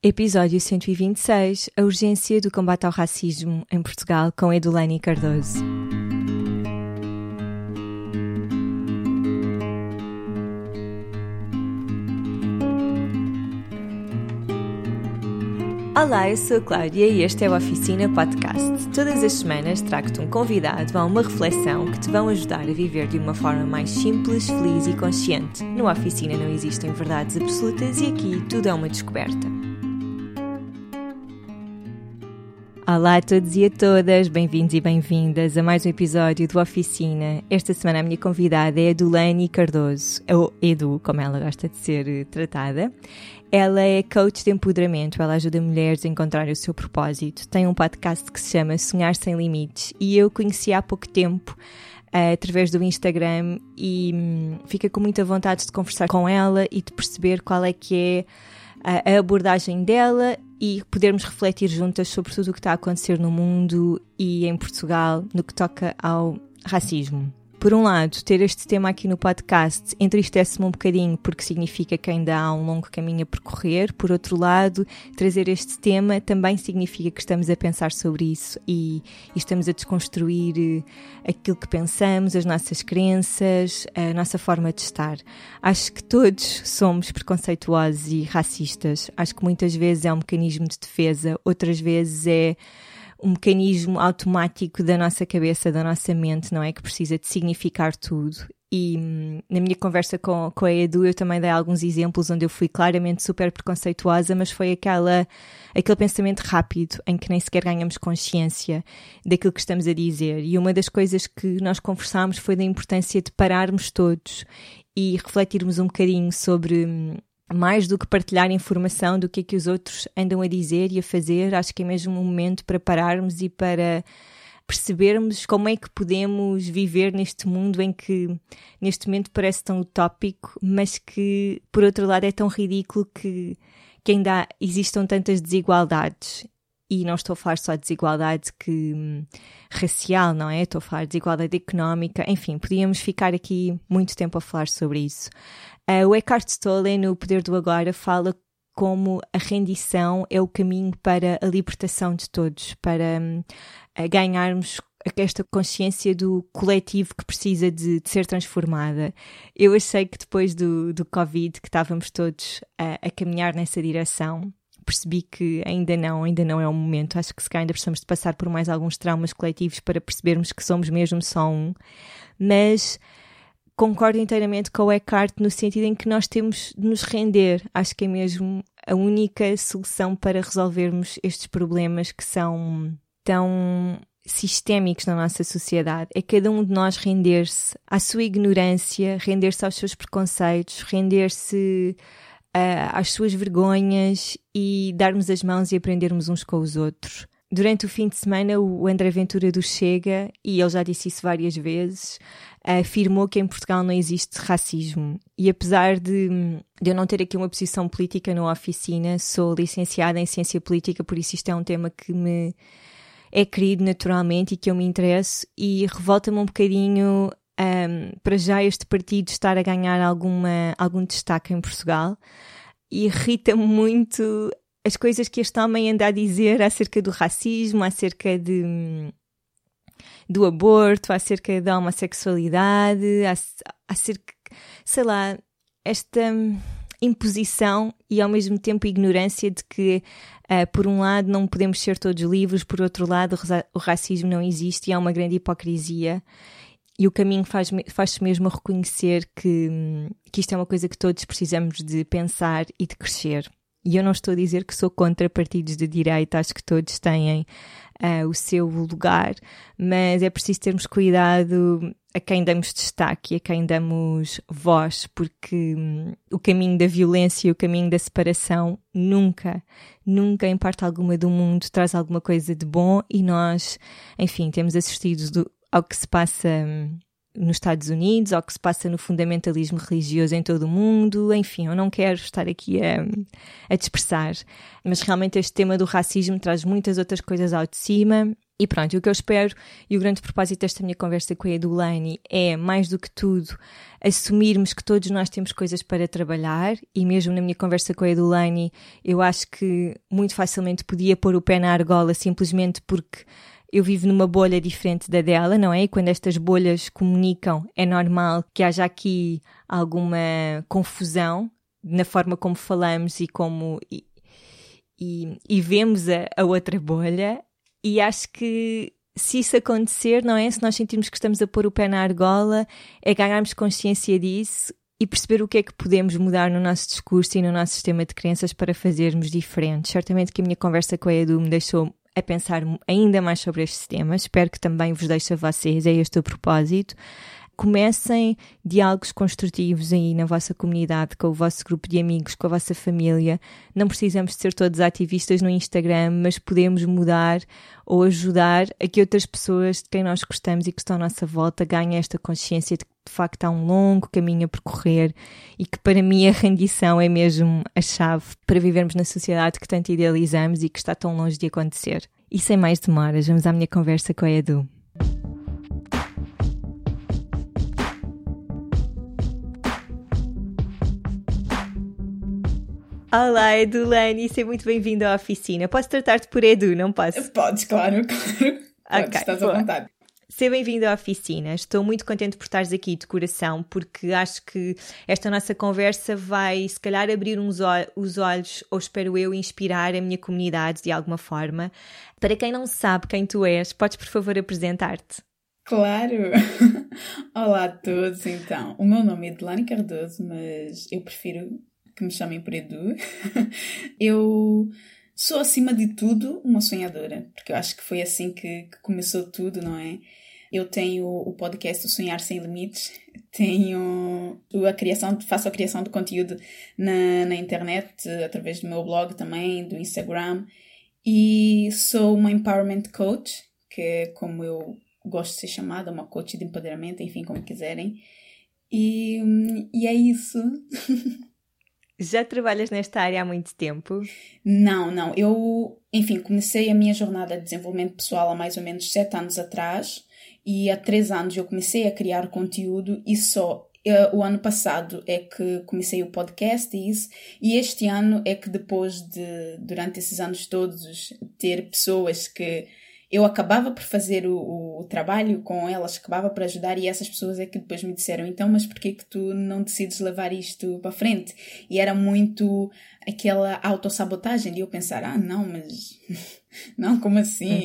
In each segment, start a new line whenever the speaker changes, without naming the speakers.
Episódio 126, a urgência do combate ao racismo em Portugal, com Edulane Cardoso. Olá, eu sou a Cláudia e este é o Oficina Podcast. Todas as semanas trago-te um convidado a uma reflexão que te vão ajudar a viver de uma forma mais simples, feliz e consciente. No Oficina não existem verdades absolutas e aqui tudo é uma descoberta. Olá a todos e a todas, bem-vindos e bem-vindas a mais um episódio do Oficina. Esta semana a minha convidada é Edulane Cardoso, ou Edu, como ela gosta de ser tratada. Ela é coach de empoderamento, ela ajuda mulheres a encontrar o seu propósito. Tem um podcast que se chama Sonhar Sem Limites e eu conheci há pouco tempo através do Instagram e fica com muita vontade de conversar com ela e de perceber qual é que é a abordagem dela e podermos refletir juntas sobre tudo o que está a acontecer no mundo e em Portugal no que toca ao racismo. Por um lado, ter este tema aqui no podcast entristece-me um bocadinho porque significa que ainda há um longo caminho a percorrer. Por outro lado, trazer este tema também significa que estamos a pensar sobre isso e estamos a desconstruir aquilo que pensamos, as nossas crenças, a nossa forma de estar. Acho que todos somos preconceituosos e racistas. Acho que muitas vezes é um mecanismo de defesa, outras vezes é um mecanismo automático da nossa cabeça, da nossa mente, não é? Que precisa de significar tudo. E na minha conversa com a Edu eu também dei alguns exemplos onde eu fui claramente super preconceituosa, mas foi aquele pensamento rápido em que nem sequer ganhamos consciência daquilo que estamos a dizer. E uma das coisas que nós conversámos foi da importância de pararmos todos e refletirmos um bocadinho sobre mais do que partilhar informação do que é que os outros andam a dizer e a fazer. Acho que é mesmo um momento para pararmos e para percebermos como é que podemos viver neste mundo em que neste momento parece tão utópico, mas que por outro lado é tão ridículo que ainda existam tantas desigualdades. E não estou a falar só de desigualdade racial, não é? Estou a falar de desigualdade económica. Enfim, podíamos ficar aqui muito tempo a falar sobre isso. O Eckhart Tolle, no Poder do Agora, fala como a rendição é o caminho para a libertação de todos, para ganharmos esta consciência do coletivo que precisa de ser transformada. Eu achei que depois do Covid, que estávamos todos a caminhar nessa direção, percebi que ainda não é o momento. Acho que se calhar ainda precisamos de passar por mais alguns traumas coletivos para percebermos que somos mesmo só um. Mas concordo inteiramente com o Eckhart no sentido em que nós temos de nos render. Acho que é mesmo a única solução para resolvermos estes problemas que são tão sistémicos na nossa sociedade. É cada um de nós render-se à sua ignorância, render-se aos seus preconceitos, render-se às suas vergonhas e darmos as mãos e aprendermos uns com os outros. Durante o fim de semana, o André Ventura do Chega, e ele já disse isso várias vezes, afirmou que em Portugal não existe racismo. E apesar de eu não ter aqui uma posição política na oficina, sou licenciada em Ciência Política, por isso isto é um tema que me é querido naturalmente e que eu me interesso, e revolta-me um bocadinho para já este partido estar a ganhar algum destaque em Portugal. E irrita-me muito as coisas que este homem anda a dizer acerca do racismo, acerca do aborto, acerca da homossexualidade, acerca, sei lá, esta imposição e ao mesmo tempo ignorância de que, por um lado, não podemos ser todos livres, por outro lado, o racismo não existe e há uma grande hipocrisia. E o caminho faz-se mesmo a reconhecer que isto é uma coisa que todos precisamos de pensar e de crescer. E eu não estou a dizer que sou contra partidos de direita, acho que todos têm o seu lugar, mas é preciso termos cuidado a quem damos destaque e a quem damos voz, porque o caminho da violência e o caminho da separação nunca, em parte alguma do mundo, traz alguma coisa de bom e nós, enfim, temos assistido ao que se passa nos Estados Unidos, ao que se passa no fundamentalismo religioso em todo o mundo, enfim, eu não quero estar aqui a dispersar, mas realmente este tema do racismo traz muitas outras coisas ao de cima E pronto, o que eu espero e o grande propósito desta minha conversa com a Edulane é, mais do que tudo, assumirmos que todos nós temos coisas para trabalhar, e mesmo na minha conversa com a Edulane eu acho que muito facilmente podia pôr o pé na argola simplesmente porque eu vivo numa bolha diferente da dela, não é? E quando estas bolhas comunicam é normal que haja aqui alguma confusão na forma como falamos e vemos a outra bolha. E acho que se isso acontecer, não é? Se nós sentirmos que estamos a pôr o pé na argola, é ganharmos consciência disso e perceber o que é que podemos mudar no nosso discurso e no nosso sistema de crenças para fazermos diferentes. Certamente que a minha conversa com a Edu me deixou a pensar ainda mais sobre estes temas. Espero que também vos deixe a vocês, é este o propósito. Comecem diálogos construtivos aí na vossa comunidade, com o vosso grupo de amigos, com a vossa família. Não precisamos de ser todos ativistas no Instagram, mas podemos mudar ou ajudar a que outras pessoas de quem nós gostamos e que estão à nossa volta ganhem esta consciência de que de facto há um longo caminho a percorrer e que para mim a rendição é mesmo a chave para vivermos na sociedade que tanto idealizamos e que está tão longe de acontecer. E sem mais demoras, vamos à minha conversa com a Edu. Olá, Edulane, seja muito bem-vindo à oficina. Posso tratar-te por Edu, não posso?
Podes, claro. Podes, estás à vontade.
Seja bem-vindo à oficina. Estou muito contente por estares aqui de coração, porque acho que esta nossa conversa vai, se calhar, abrir os olhos, ou espero eu, inspirar a minha comunidade de alguma forma. Para quem não sabe quem tu és, podes, por favor, apresentar-te?
Claro! Olá a todos, então. O meu nome é Edulane Cardoso, mas eu prefiro que me chamem por Edu. Eu sou, acima de tudo, uma sonhadora, porque eu acho que foi assim que começou tudo, não é? Eu tenho o podcast Sonhar Sem Limites, faço a criação de conteúdo na internet, através do meu blog também, do Instagram, e sou uma empowerment coach, que é como eu gosto de ser chamada, uma coach de empoderamento, enfim, como quiserem. E é isso.
Já trabalhas nesta área há muito tempo?
Não. Eu, enfim, comecei a minha jornada de desenvolvimento pessoal há mais ou menos 7 anos atrás e há 3 anos eu comecei a criar conteúdo e só o ano passado é que comecei o podcast e este ano é que depois de, durante esses anos todos, ter pessoas que eu acabava por fazer o trabalho com elas, acabava por ajudar e essas pessoas é que depois me disseram então, mas porquê que tu não decides levar isto para frente? E era muito aquela autossabotagem de eu pensar, não, mas não, como assim?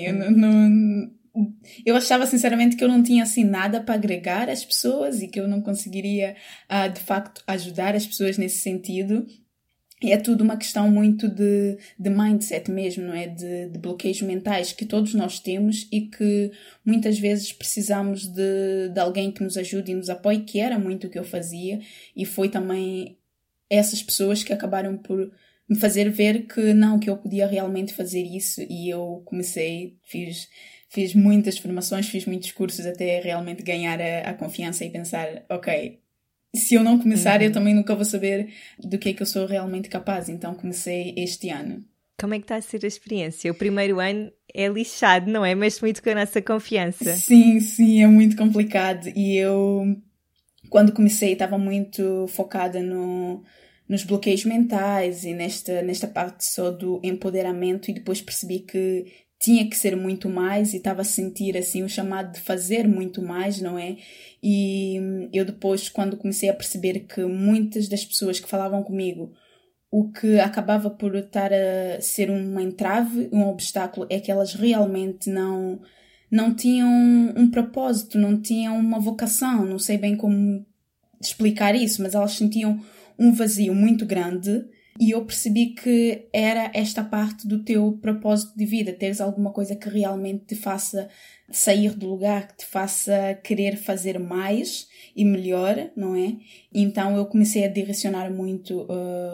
Eu achava sinceramente que eu não tinha assim nada para agregar às pessoas e que eu não conseguiria de facto ajudar as pessoas nesse sentido. E é tudo uma questão muito de mindset mesmo, não é? De bloqueios mentais que todos nós temos e que muitas vezes precisamos de alguém que nos ajude e nos apoie, que era muito o que eu fazia. E foi também essas pessoas que acabaram por me fazer ver que não, que eu podia realmente fazer isso. E eu comecei, fiz muitas formações, fiz muitos cursos até realmente ganhar a confiança e pensar, ok, se eu não começar, eu também nunca vou saber do que é que eu sou realmente capaz. Então comecei este ano.
Como é que está a ser a experiência? O primeiro ano é lixado, não é? Mexe muito com a nossa confiança.
Sim, é muito complicado. E eu, quando comecei, estava muito focada nos bloqueios mentais e nesta parte só do empoderamento, e depois percebi que tinha que ser muito mais e estava a sentir assim o chamado de fazer muito mais, não é? E eu depois, quando comecei a perceber que muitas das pessoas que falavam comigo, o que acabava por estar a ser uma entrave, um obstáculo, é que elas realmente não tinham um propósito, não tinham uma vocação, não sei bem como explicar isso, mas elas sentiam um vazio muito grande. E eu percebi que era esta parte do teu propósito de vida, teres alguma coisa que realmente te faça sair do lugar, que te faça querer fazer mais e melhor, não é? Então eu comecei a direcionar muito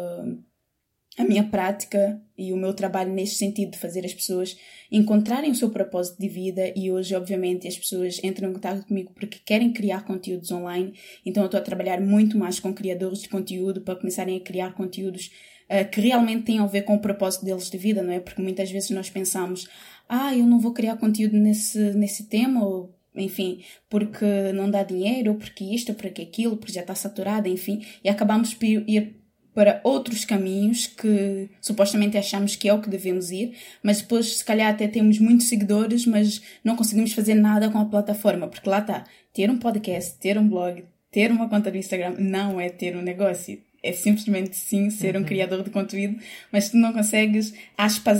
a minha prática e o meu trabalho neste sentido de fazer as pessoas encontrarem o seu propósito de vida. E hoje, obviamente, as pessoas entram em contato comigo porque querem criar conteúdos online, então eu estou a trabalhar muito mais com criadores de conteúdo para começarem a criar conteúdos que realmente têm a ver com o propósito deles de vida, não é? Porque muitas vezes nós pensamos, eu não vou criar conteúdo nesse tema, ou enfim, porque não dá dinheiro, ou porque isto, ou porque aquilo, porque já está saturado, enfim, e acabamos por ir para outros caminhos que supostamente achamos que é o que devemos ir, mas depois se calhar até temos muitos seguidores, mas não conseguimos fazer nada com a plataforma, porque lá está, ter um podcast, ter um blog, ter uma conta do Instagram não é ter um negócio. É simplesmente sim ser um criador de conteúdo, mas tu não consegues, aspas,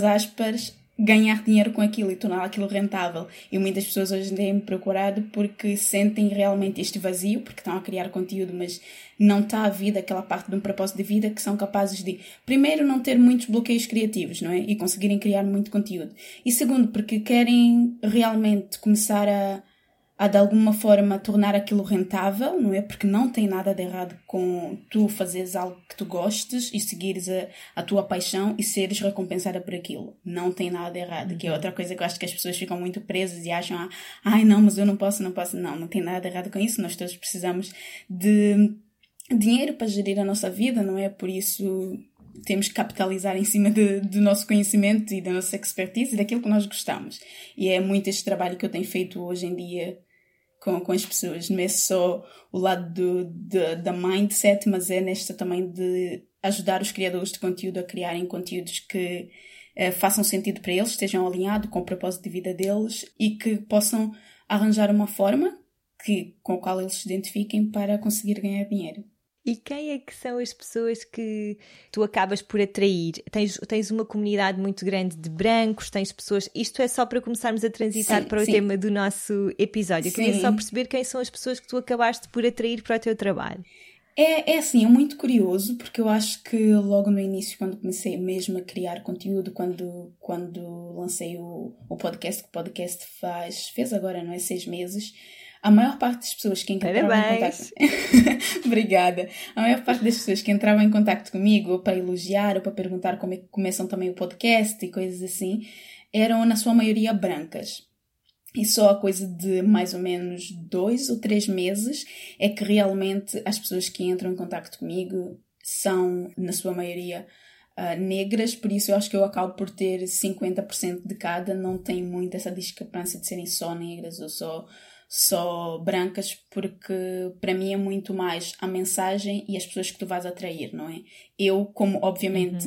ganhar dinheiro com aquilo e tornar aquilo rentável. E muitas pessoas hoje têm me procurado porque sentem realmente este vazio, porque estão a criar conteúdo, mas não está a vida aquela parte de um propósito de vida que são capazes de, primeiro, não ter muitos bloqueios criativos, não é? E conseguirem criar muito conteúdo. E segundo, porque querem realmente começar a de alguma forma tornar aquilo rentável, não é? Porque não tem nada de errado com tu fazeres algo que tu gostes e seguires a tua paixão e seres recompensada por aquilo. Não tem nada de errado, que é outra coisa que eu acho que as pessoas ficam muito presas e acham, não, mas eu não posso. Não tem nada de errado com isso. Nós todos precisamos de dinheiro para gerir a nossa vida, não é? Por isso temos que capitalizar em cima do nosso conhecimento e da nossa expertise e daquilo que nós gostamos. E é muito este trabalho que eu tenho feito hoje em dia com as pessoas. Não é só o lado da mindset, mas é nesta também de ajudar os criadores de conteúdo a criarem conteúdos que façam sentido para eles, estejam alinhados com o propósito de vida deles e que possam arranjar uma forma com a qual eles se identifiquem para conseguir ganhar dinheiro.
E quem é que são as pessoas que tu acabas por atrair? Tens uma comunidade muito grande de brancos, tens pessoas... Isto é só para começarmos a transitar para o tema do nosso episódio. Eu queria só perceber quem são as pessoas que tu acabaste por atrair para o teu trabalho.
É assim, é muito curioso, porque eu acho que logo no início, quando comecei mesmo a criar conteúdo, quando lancei o podcast, que o podcast fez agora, não é? 6 meses... A maior parte das pessoas que entravam em contacto... Obrigada. A maior parte das pessoas que entravam em contacto comigo, ou para elogiar, ou para perguntar como é que começam também o podcast e coisas assim, eram, na sua maioria, brancas. E só a coisa de mais ou menos 2 ou 3 meses é que realmente as pessoas que entram em contacto comigo são, na sua maioria, negras, por isso eu acho que eu acabo por ter 50% de cada, não tenho muito essa discrepância de serem só negras ou só brancas, porque para mim é muito mais a mensagem e as pessoas que tu vais atrair, não é? Eu, como obviamente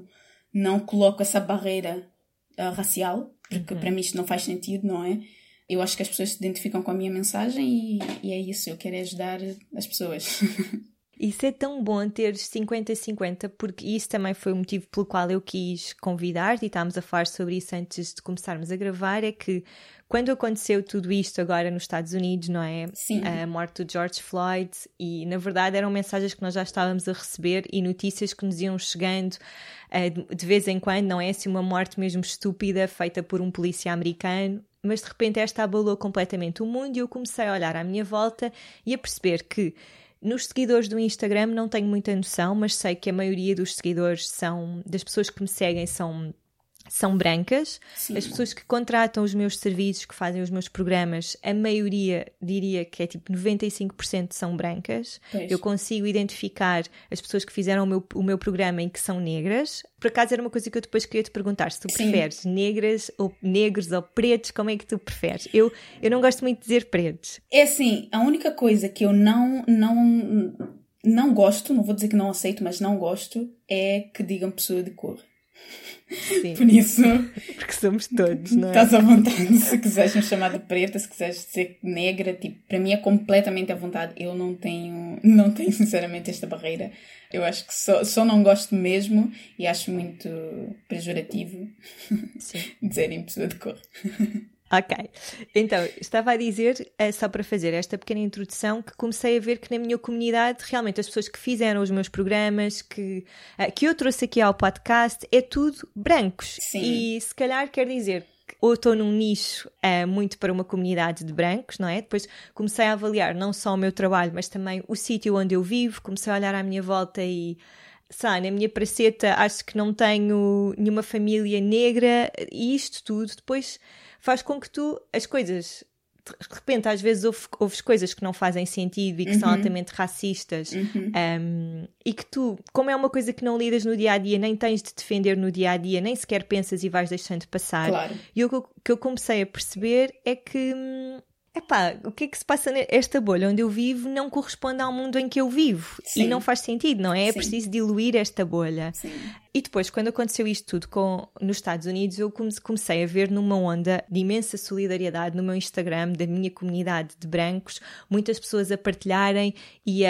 não coloco essa barreira racial, porque para mim isto não faz sentido, não é? Eu acho que as pessoas se identificam com a minha mensagem e é isso, eu quero ajudar as pessoas.
Isso é tão bom teres 50-50, porque isso também foi o motivo pelo qual eu quis convidar-te, e estávamos a falar sobre isso antes de começarmos a gravar, é que quando aconteceu tudo isto agora nos Estados Unidos, não é?
Sim.
A morte do George Floyd, e na verdade eram mensagens que nós já estávamos a receber e notícias que nos iam chegando de vez em quando, não é? Assim, uma morte mesmo estúpida feita por um polícia americano, mas de repente esta abalou completamente o mundo e eu comecei a olhar à minha volta e a perceber que nos seguidores do Instagram não tenho muita noção, mas sei que a maioria dos seguidores das pessoas que me seguem são brancas. Sim. As pessoas que contratam os meus serviços, que fazem os meus programas, a maioria, diria que é tipo 95% são brancas. Pois. Eu consigo identificar as pessoas que fizeram o meu programa em que são negras. Por acaso era uma coisa que eu depois queria te perguntar, se tu preferes negras ou negros ou pretos, como é que tu preferes? Eu não gosto muito de dizer pretos.
É assim, a única coisa que eu não gosto, não vou dizer que não aceito, mas não gosto, é que digam pessoa de cor.
Sim.
Por isso...
Porque somos todos, não é?
Estás à vontade, se quiseres me chamar de preta, se quiseres dizer negra, tipo, para mim é completamente à vontade. Eu não tenho sinceramente esta barreira. Eu acho que só não gosto mesmo e acho muito pejorativo dizerem pessoa de cor.
Ok, então estava a dizer, só para fazer esta pequena introdução, que comecei a ver que na minha comunidade realmente as pessoas que fizeram os meus programas, que eu trouxe aqui ao podcast, é tudo brancos.
Sim.
E se calhar quer dizer que ou estou num nicho muito para uma comunidade de brancos, não é? Depois comecei a avaliar não só o meu trabalho, mas também o sítio onde eu vivo, comecei a olhar à minha volta e... na minha praceta acho que não tenho nenhuma família negra e isto tudo depois faz com que as coisas de de repente às vezes ouves coisas que não fazem sentido e que são altamente racistas, e que tu, como é uma coisa que não lidas no dia-a-dia, nem tens de defender no dia-a-dia, nem sequer pensas e vais deixando passar.
Claro.
E o que eu comecei a perceber é que epá, o que é que se passa nesta bolha onde eu vivo não corresponde ao mundo em que eu vivo. Sim. E não faz sentido, não é? É preciso diluir esta bolha.
Sim.
E depois, quando aconteceu isto tudo nos Estados Unidos, eu comecei a ver numa onda de imensa solidariedade no meu Instagram, da minha comunidade de brancos, muitas pessoas a partilharem e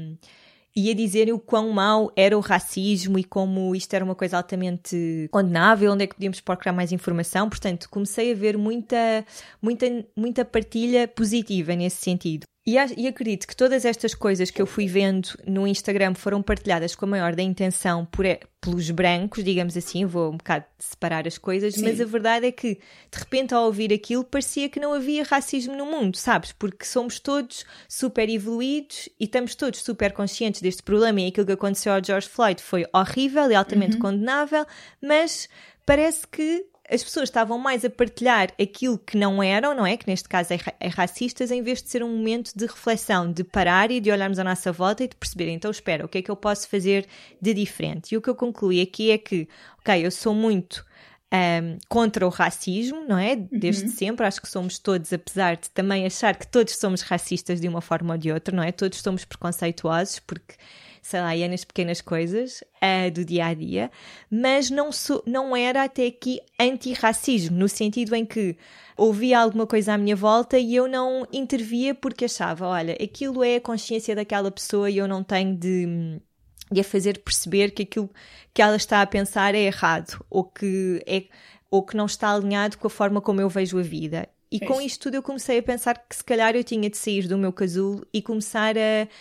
a dizerem o quão mau era o racismo e como isto era uma coisa altamente condenável, onde é que podíamos procurar mais informação. Portanto, comecei a ver muita partilha positiva nesse sentido. E acredito que todas estas coisas que eu fui vendo no Instagram foram partilhadas com a maior da intenção pelos brancos, digamos assim, vou um bocado separar as coisas, sim. Mas a verdade é que, de repente, ao ouvir aquilo, parecia que não havia racismo no mundo, sabes? Porque somos todos super evoluídos e estamos todos super conscientes deste problema, e aquilo que aconteceu ao George Floyd foi horrível e altamente condenável, mas parece que as pessoas estavam mais a partilhar aquilo que não eram, não é? Que neste caso é racistas, em vez de ser um momento de reflexão, de parar e de olharmos à nossa volta e de perceber, então espera, o que é que eu posso fazer de diferente? E o que eu concluí aqui é que, ok, eu sou muito contra o racismo, não é? Desde sempre, acho que somos todos, apesar de também achar que todos somos racistas de uma forma ou de outra, não é? Todos somos preconceituosos, porque sei lá, é nas pequenas coisas do dia-a-dia, mas não era até aqui antirracismo, no sentido em que ouvia alguma coisa à minha volta e eu não intervia porque achava, olha, aquilo é a consciência daquela pessoa e eu não tenho de a fazer perceber que aquilo que ela está a pensar é errado, ou que não está alinhado com a forma como eu vejo a vida. E com isto tudo eu comecei a pensar que se calhar eu tinha de sair do meu casulo e começar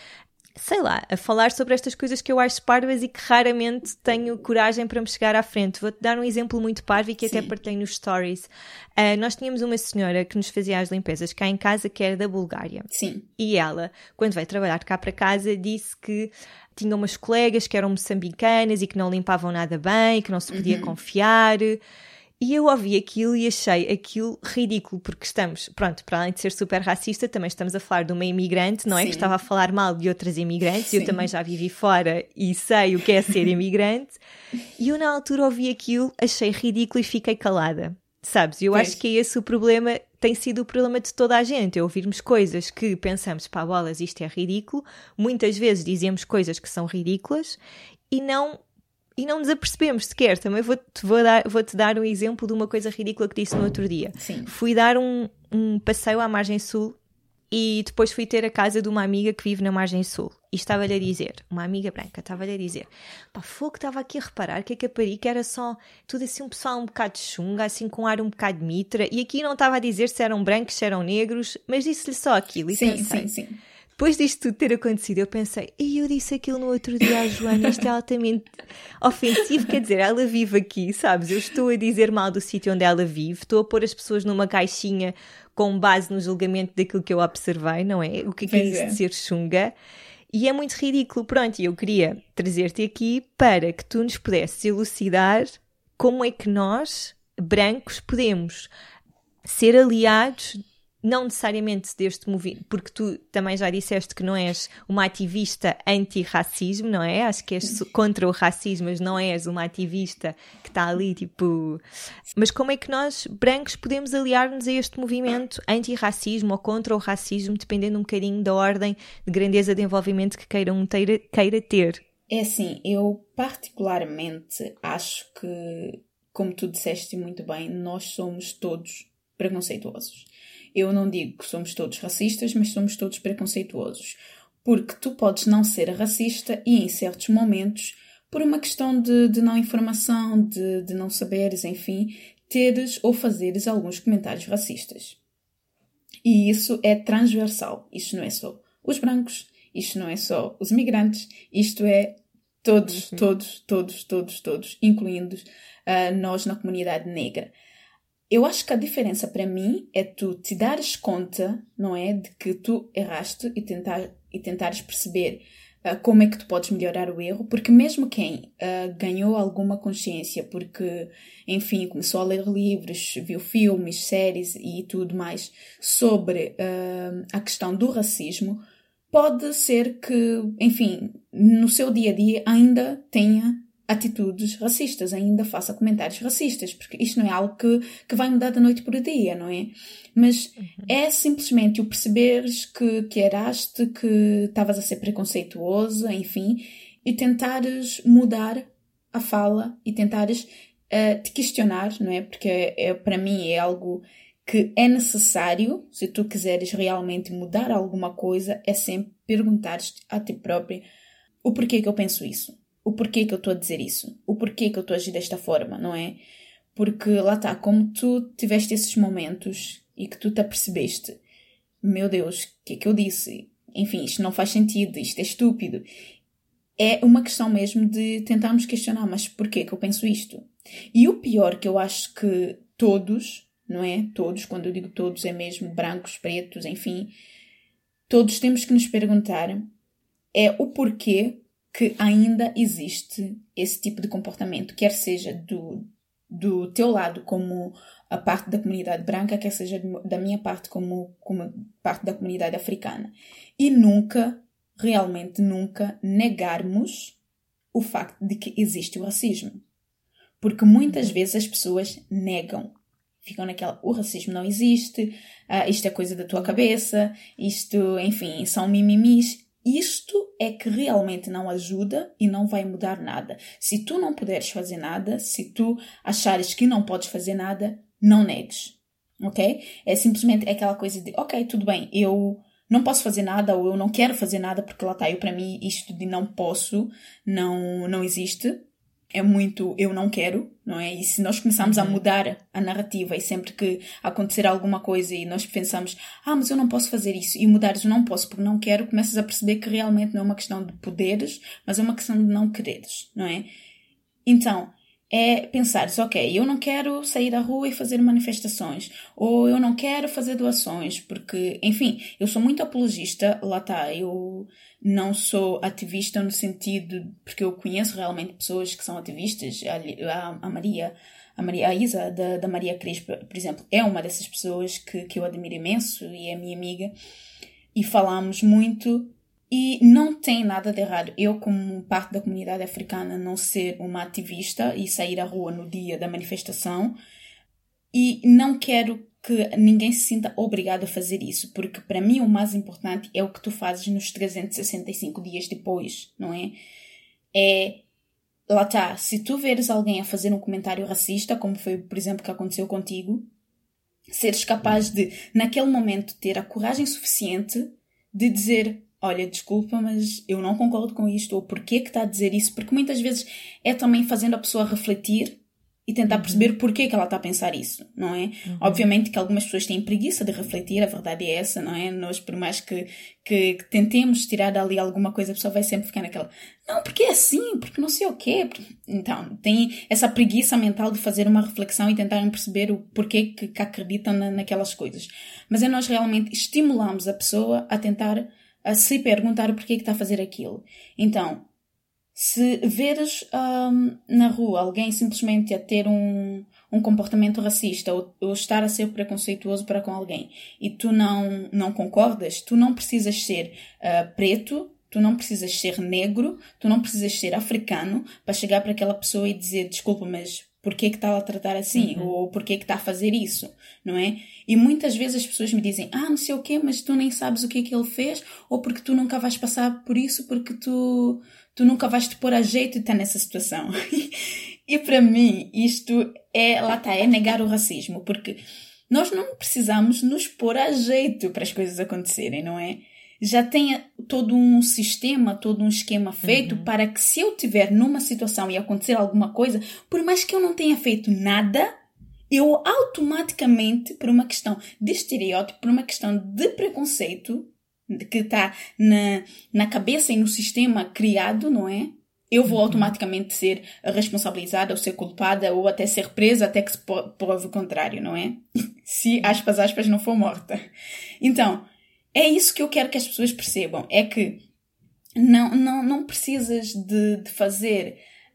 a falar sobre estas coisas que eu acho parvas e que raramente tenho coragem para me chegar à frente. Vou-te dar um exemplo muito parvo e que até partilhei nos stories. Nós tínhamos uma senhora que nos fazia as limpezas cá em casa, que era da Bulgária.
Sim.
E ela, quando veio trabalhar cá para casa, disse que tinha umas colegas que eram moçambicanas e que não limpavam nada bem, que não se podia confiar. E eu ouvi aquilo e achei aquilo ridículo, porque estamos, pronto, para além de ser super racista, também estamos a falar de uma imigrante, não é? Que estava a falar mal de outras imigrantes, e eu também já vivi fora e sei o que é ser imigrante. E eu na altura ouvi aquilo, achei ridículo e fiquei calada, sabes? Eu acho que é esse o problema, tem sido o problema de toda a gente, é ouvirmos coisas que pensamos, pá, bolas, isto é ridículo, muitas vezes dizemos coisas que são ridículas e não nos apercebemos sequer. Também vou-te dar um exemplo de uma coisa ridícula que disse no outro dia.
Sim.
Fui dar um passeio à margem sul e depois fui ter a casa de uma amiga que vive na margem sul. E estava-lhe a dizer, uma amiga branca, estava-lhe a dizer, pá, fogo, estava aqui a reparar que a Caparica era só tudo assim um pessoal um bocado de chunga, assim com ar um bocado de mitra, e aqui não estava a dizer se eram brancos, se eram negros, mas disse-lhe só aquilo. E pensei,
sim.
Depois disto tudo ter acontecido, eu pensei, e eu disse aquilo no outro dia à Joana, isto é altamente ofensivo, quer dizer, ela vive aqui, sabes? Eu estou a dizer mal do sítio onde ela vive, estou a pôr as pessoas numa caixinha com base no julgamento daquilo que eu observei, não é? O que é isso de ser chunga? E é muito ridículo, pronto, e eu queria trazer-te aqui para que tu nos pudesses elucidar como é que nós, brancos, podemos ser aliados, não necessariamente deste movimento, porque tu também já disseste que não és uma ativista anti-racismo, não é? Acho que és contra o racismo, mas não és uma ativista que está ali, tipo... Mas como é que nós, brancos, podemos aliar-nos a este movimento anti-racismo ou contra o racismo, dependendo um bocadinho da ordem de grandeza de envolvimento que queira ter?
É assim, eu particularmente acho que, como tu disseste muito bem, nós somos todos preconceituosos. Eu não digo que somos todos racistas, mas somos todos preconceituosos. Porque tu podes não ser racista e, em certos momentos, por uma questão de não informação, de não saberes, enfim, teres ou fazeres alguns comentários racistas. E isso é transversal. Isto não é só os brancos, isto não é só os imigrantes, isto é todos, incluindo nós na comunidade negra. Eu acho que a diferença para mim é tu te dares conta, não é, de que tu erraste e tentares perceber como é que tu podes melhorar o erro, porque mesmo quem ganhou alguma consciência, porque, enfim, começou a ler livros, viu filmes, séries e tudo mais sobre a questão do racismo, pode ser que, enfim, no seu dia a dia ainda tenha atitudes racistas, ainda faça comentários racistas, porque isto não é algo que vai mudar da noite para o dia, não é? Mas é simplesmente o perceberes que erraste, que estavas a ser preconceituosa, enfim, e tentares mudar a fala e tentares te questionar, não é? Porque para mim é algo que é necessário, se tu quiseres realmente mudar alguma coisa, é sempre perguntares a ti própria o porquê que eu penso isso. O porquê que eu estou a dizer isso? O porquê que eu estou a agir desta forma, não é? Porque lá está, como tu tiveste esses momentos e que tu te apercebeste, meu Deus, o que é que eu disse? Enfim, isto não faz sentido, isto é estúpido. É uma questão mesmo de tentarmos questionar, mas porquê que eu penso isto? E o pior que eu acho que todos, não é? Todos, quando eu digo todos, é mesmo brancos, pretos, enfim, todos temos que nos perguntar é o porquê que ainda existe esse tipo de comportamento, quer seja do teu lado como a parte da comunidade branca, quer seja da minha parte como parte da comunidade africana. E nunca, realmente nunca, negarmos o facto de que existe o racismo. Porque muitas vezes as pessoas negam. Ficam naquela, o racismo não existe, isto é coisa da tua cabeça, isto, enfim, são mimimis. Isto é que realmente não ajuda e não vai mudar nada. Se tu não puderes fazer nada, se tu achares que não podes fazer nada, não negues, ok? É simplesmente aquela coisa de, ok, tudo bem, eu não posso fazer nada ou eu não quero fazer nada porque lá está, para mim isto de não posso não existe. É muito eu não quero, não é? E se nós começarmos a mudar a narrativa e sempre que acontecer alguma coisa e nós pensamos, mas eu não posso fazer isso, e mudares o não posso porque não quero, começas a perceber que realmente não é uma questão de poderes, mas é uma questão de não quereres, não é? Então, é pensares, ok, eu não quero sair à rua e fazer manifestações, ou eu não quero fazer doações, porque, enfim, eu sou muito apologista, lá está, eu não sou ativista no sentido, porque eu conheço realmente pessoas que são ativistas, a Isa, da Maria Cris, por exemplo, é uma dessas pessoas que eu admiro imenso e é minha amiga, e falamos muito. E não tem nada de errado eu, como parte da comunidade africana, não ser uma ativista e sair à rua no dia da manifestação. E não quero que ninguém se sinta obrigado a fazer isso, porque para mim o mais importante é o que tu fazes nos 365 dias depois, não é? Lá está, se tu veres alguém a fazer um comentário racista, como foi, por exemplo, que aconteceu contigo, seres capaz de, naquele momento, ter a coragem suficiente de dizer... Olha, desculpa, mas eu não concordo com isto, ou porquê que está a dizer isso, porque muitas vezes é também fazendo a pessoa refletir e tentar perceber porquê que ela está a pensar isso, não é? Obviamente que algumas pessoas têm preguiça de refletir, a verdade é essa, não é? Nós, por mais que tentemos tirar dali alguma coisa, a pessoa vai sempre ficar naquela, não, porque é assim, porque não sei o quê. Então, tem essa preguiça mental de fazer uma reflexão e tentarem perceber o porquê que acreditam naquelas coisas. Mas é nós realmente estimulamos a pessoa a tentar a se perguntar o porquê que está a fazer aquilo. Então, se veres na rua alguém simplesmente a ter um comportamento racista ou estar a ser preconceituoso para com alguém e tu não concordas, tu não precisas ser preto, tu não precisas ser negro, tu não precisas ser africano para chegar para aquela pessoa e dizer, desculpa, mas porquê que está a tratar assim? Ou porquê que está a fazer isso? Não é? E muitas vezes as pessoas me dizem, não sei o quê, mas tu nem sabes o que é que ele fez, ou porque tu nunca vais passar por isso, porque tu nunca vais te pôr a jeito de estar nessa situação. E para mim, isto é negar o racismo, porque nós não precisamos nos pôr a jeito para as coisas acontecerem, não é? Já tem todo um sistema, todo um esquema feito para que se eu estiver numa situação e acontecer alguma coisa, por mais que eu não tenha feito nada, eu automaticamente, por uma questão de estereótipo, por uma questão de preconceito, que está na cabeça e no sistema criado, não é? Eu vou automaticamente ser responsabilizada ou ser culpada ou até ser presa até que se prove o contrário, não é? Se, aspas, não for morta. Então, é isso que eu quero que as pessoas percebam. É que não precisas de fazer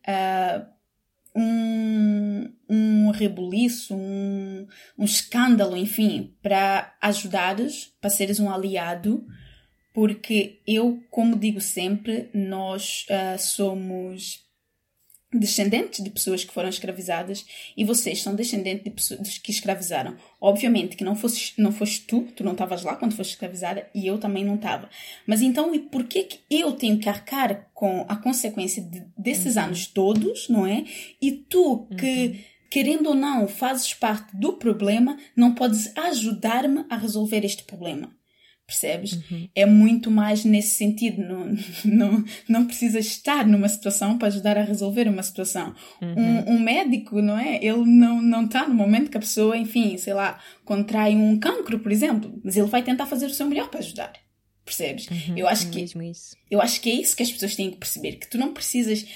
um rebuliço, um escândalo, enfim, para ajudares, para seres um aliado, porque eu, como digo sempre, nós somos descendentes de pessoas que foram escravizadas e vocês são descendentes de pessoas que escravizaram. Obviamente que não foste tu não estavas lá quando foste escravizada e eu também não estava. Mas então, e por que eu tenho que arcar com a consequência desses anos todos, não é? E tu que, querendo ou não, fazes parte do problema, não podes ajudar-me a resolver este problema? Percebes? É muito mais nesse sentido. Não precisa estar numa situação para ajudar a resolver uma situação. Um médico, não é? Ele não está no momento que a pessoa, enfim, sei lá, contrai um cancro, por exemplo. Mas ele vai tentar fazer o seu melhor para ajudar. Percebes? Eu acho que é isso que as pessoas têm que perceber. Que tu não precisas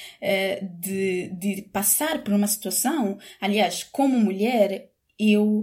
de passar por uma situação. Aliás, como mulher, eu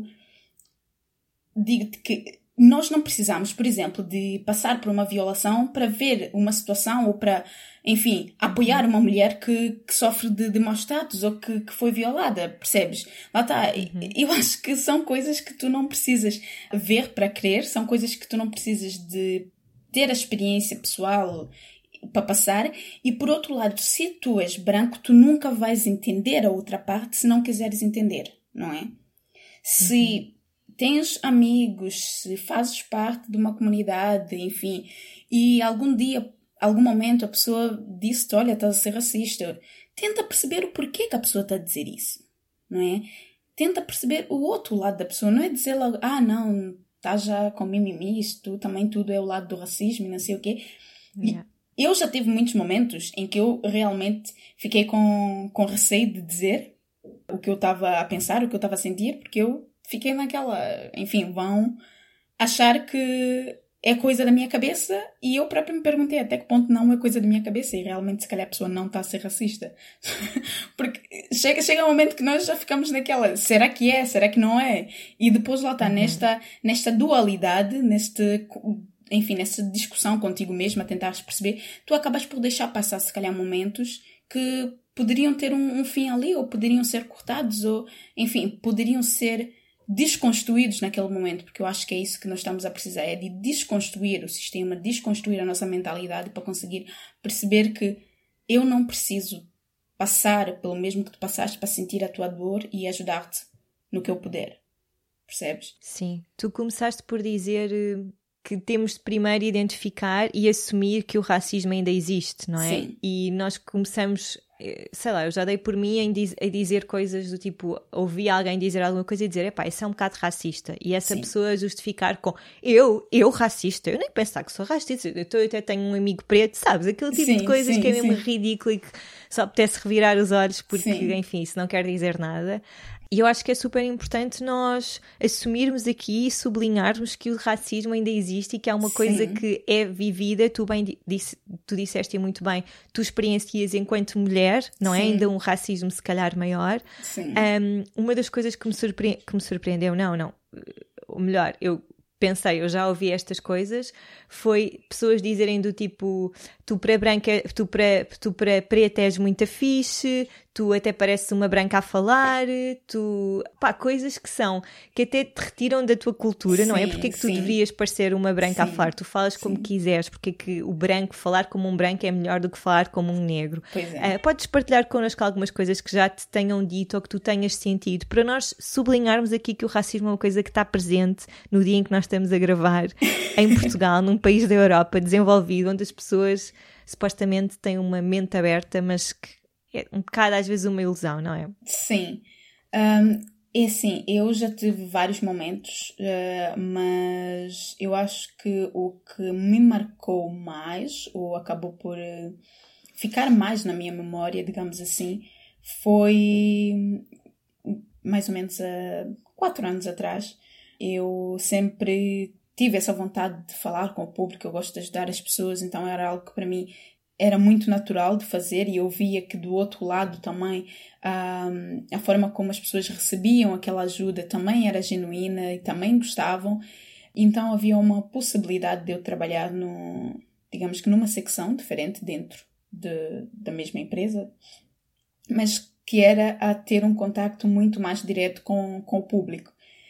digo-te que nós não precisamos, por exemplo, de passar por uma violação para ver uma situação ou para, enfim, apoiar uma mulher que sofre de maus tratos ou que foi violada, percebes? Lá está. Eu acho que são coisas que tu não precisas ver para crer, são coisas que tu não precisas de ter a experiência pessoal para passar. E por outro lado, se tu és branco, tu nunca vais entender a outra parte se não quiseres entender, não é? Se tens amigos, se fazes parte de uma comunidade, enfim, e algum dia, algum momento a pessoa disse-te, olha, estás a ser racista, tenta perceber o porquê que a pessoa está a dizer isso, não é? Tenta perceber o outro lado da pessoa, não é dizer logo, não, estás já com mimimi, isto também tudo é o lado do racismo e não sei o quê. Yeah. Eu já tive muitos momentos em que eu realmente fiquei com receio de dizer o que eu estava a pensar, o que eu estava a sentir, porque eu fiquei naquela, enfim, vão achar que é coisa da minha cabeça e eu própria me perguntei até que ponto não é coisa da minha cabeça e realmente se calhar a pessoa não está a ser racista. Porque chega um momento que nós já ficamos naquela, será que é, será que não é? E depois lá está, nesta dualidade, enfim, nessa discussão contigo mesmo, a tentares perceber, tu acabas por deixar passar se calhar momentos que poderiam ter um fim ali, ou poderiam ser cortados, ou enfim, poderiam ser desconstruídos naquele momento, porque eu acho que é isso que nós estamos a precisar, é de desconstruir o sistema, desconstruir a nossa mentalidade para conseguir perceber que eu não preciso passar pelo mesmo que tu passaste para sentir a tua dor e ajudar-te no que eu puder. Percebes?
Sim. Tu começaste por dizer que temos de primeiro identificar e assumir que o racismo ainda existe, não é?
Sim.
E nós começamos, sei lá, eu já dei por mim a dizer coisas do tipo, ouvi alguém dizer alguma coisa e dizer, isso é um bocado racista. E essa pessoa justificar com, eu racista, eu nem pensar que sou racista, eu até tenho um amigo preto, sabes? Aquele tipo de coisas que é mesmo ridículo e que só apetece revirar os olhos porque, enfim, isso não quer dizer nada. E eu acho que é super importante nós assumirmos aqui e sublinharmos que o racismo ainda existe e que é uma coisa que é vivida. Tu disseste muito bem, tu experiencias enquanto mulher, não é? Ainda um racismo se calhar maior. Uma das coisas que me surpreendeu, ou melhor, eu já ouvi estas coisas, foi pessoas dizerem do tipo, tu para preta és muito fixe, tu até pareces uma branca a falar, coisas que até te retiram da tua cultura, não é? Porque é que tu deverias parecer uma branca a falar? Tu falas como quiseres, porque é que o branco, falar como um branco é melhor do que falar como um negro? Podes partilhar connosco algumas coisas que já te tenham dito ou que tu tenhas sentido, para nós sublinharmos aqui que o racismo é uma coisa que está presente no dia em que nós estamos a gravar em Portugal, num país da Europa desenvolvido, onde as pessoas supostamente têm uma mente aberta, mas que é um bocado às vezes uma ilusão, não é?
Sim. É assim, eu já tive vários momentos, mas eu acho que o que me marcou mais, ou acabou por ficar mais na minha memória, digamos assim, foi mais ou menos há 4 anos atrás. Eu sempre tive essa vontade de falar com o público, eu gosto de ajudar as pessoas, então era algo que para mim era muito natural de fazer e eu via que do outro lado também a forma como as pessoas recebiam aquela ajuda também era genuína e também gostavam. Então havia uma possibilidade de eu trabalhar digamos que numa secção diferente dentro da mesma empresa, mas que era a ter um contacto muito mais direto com o público.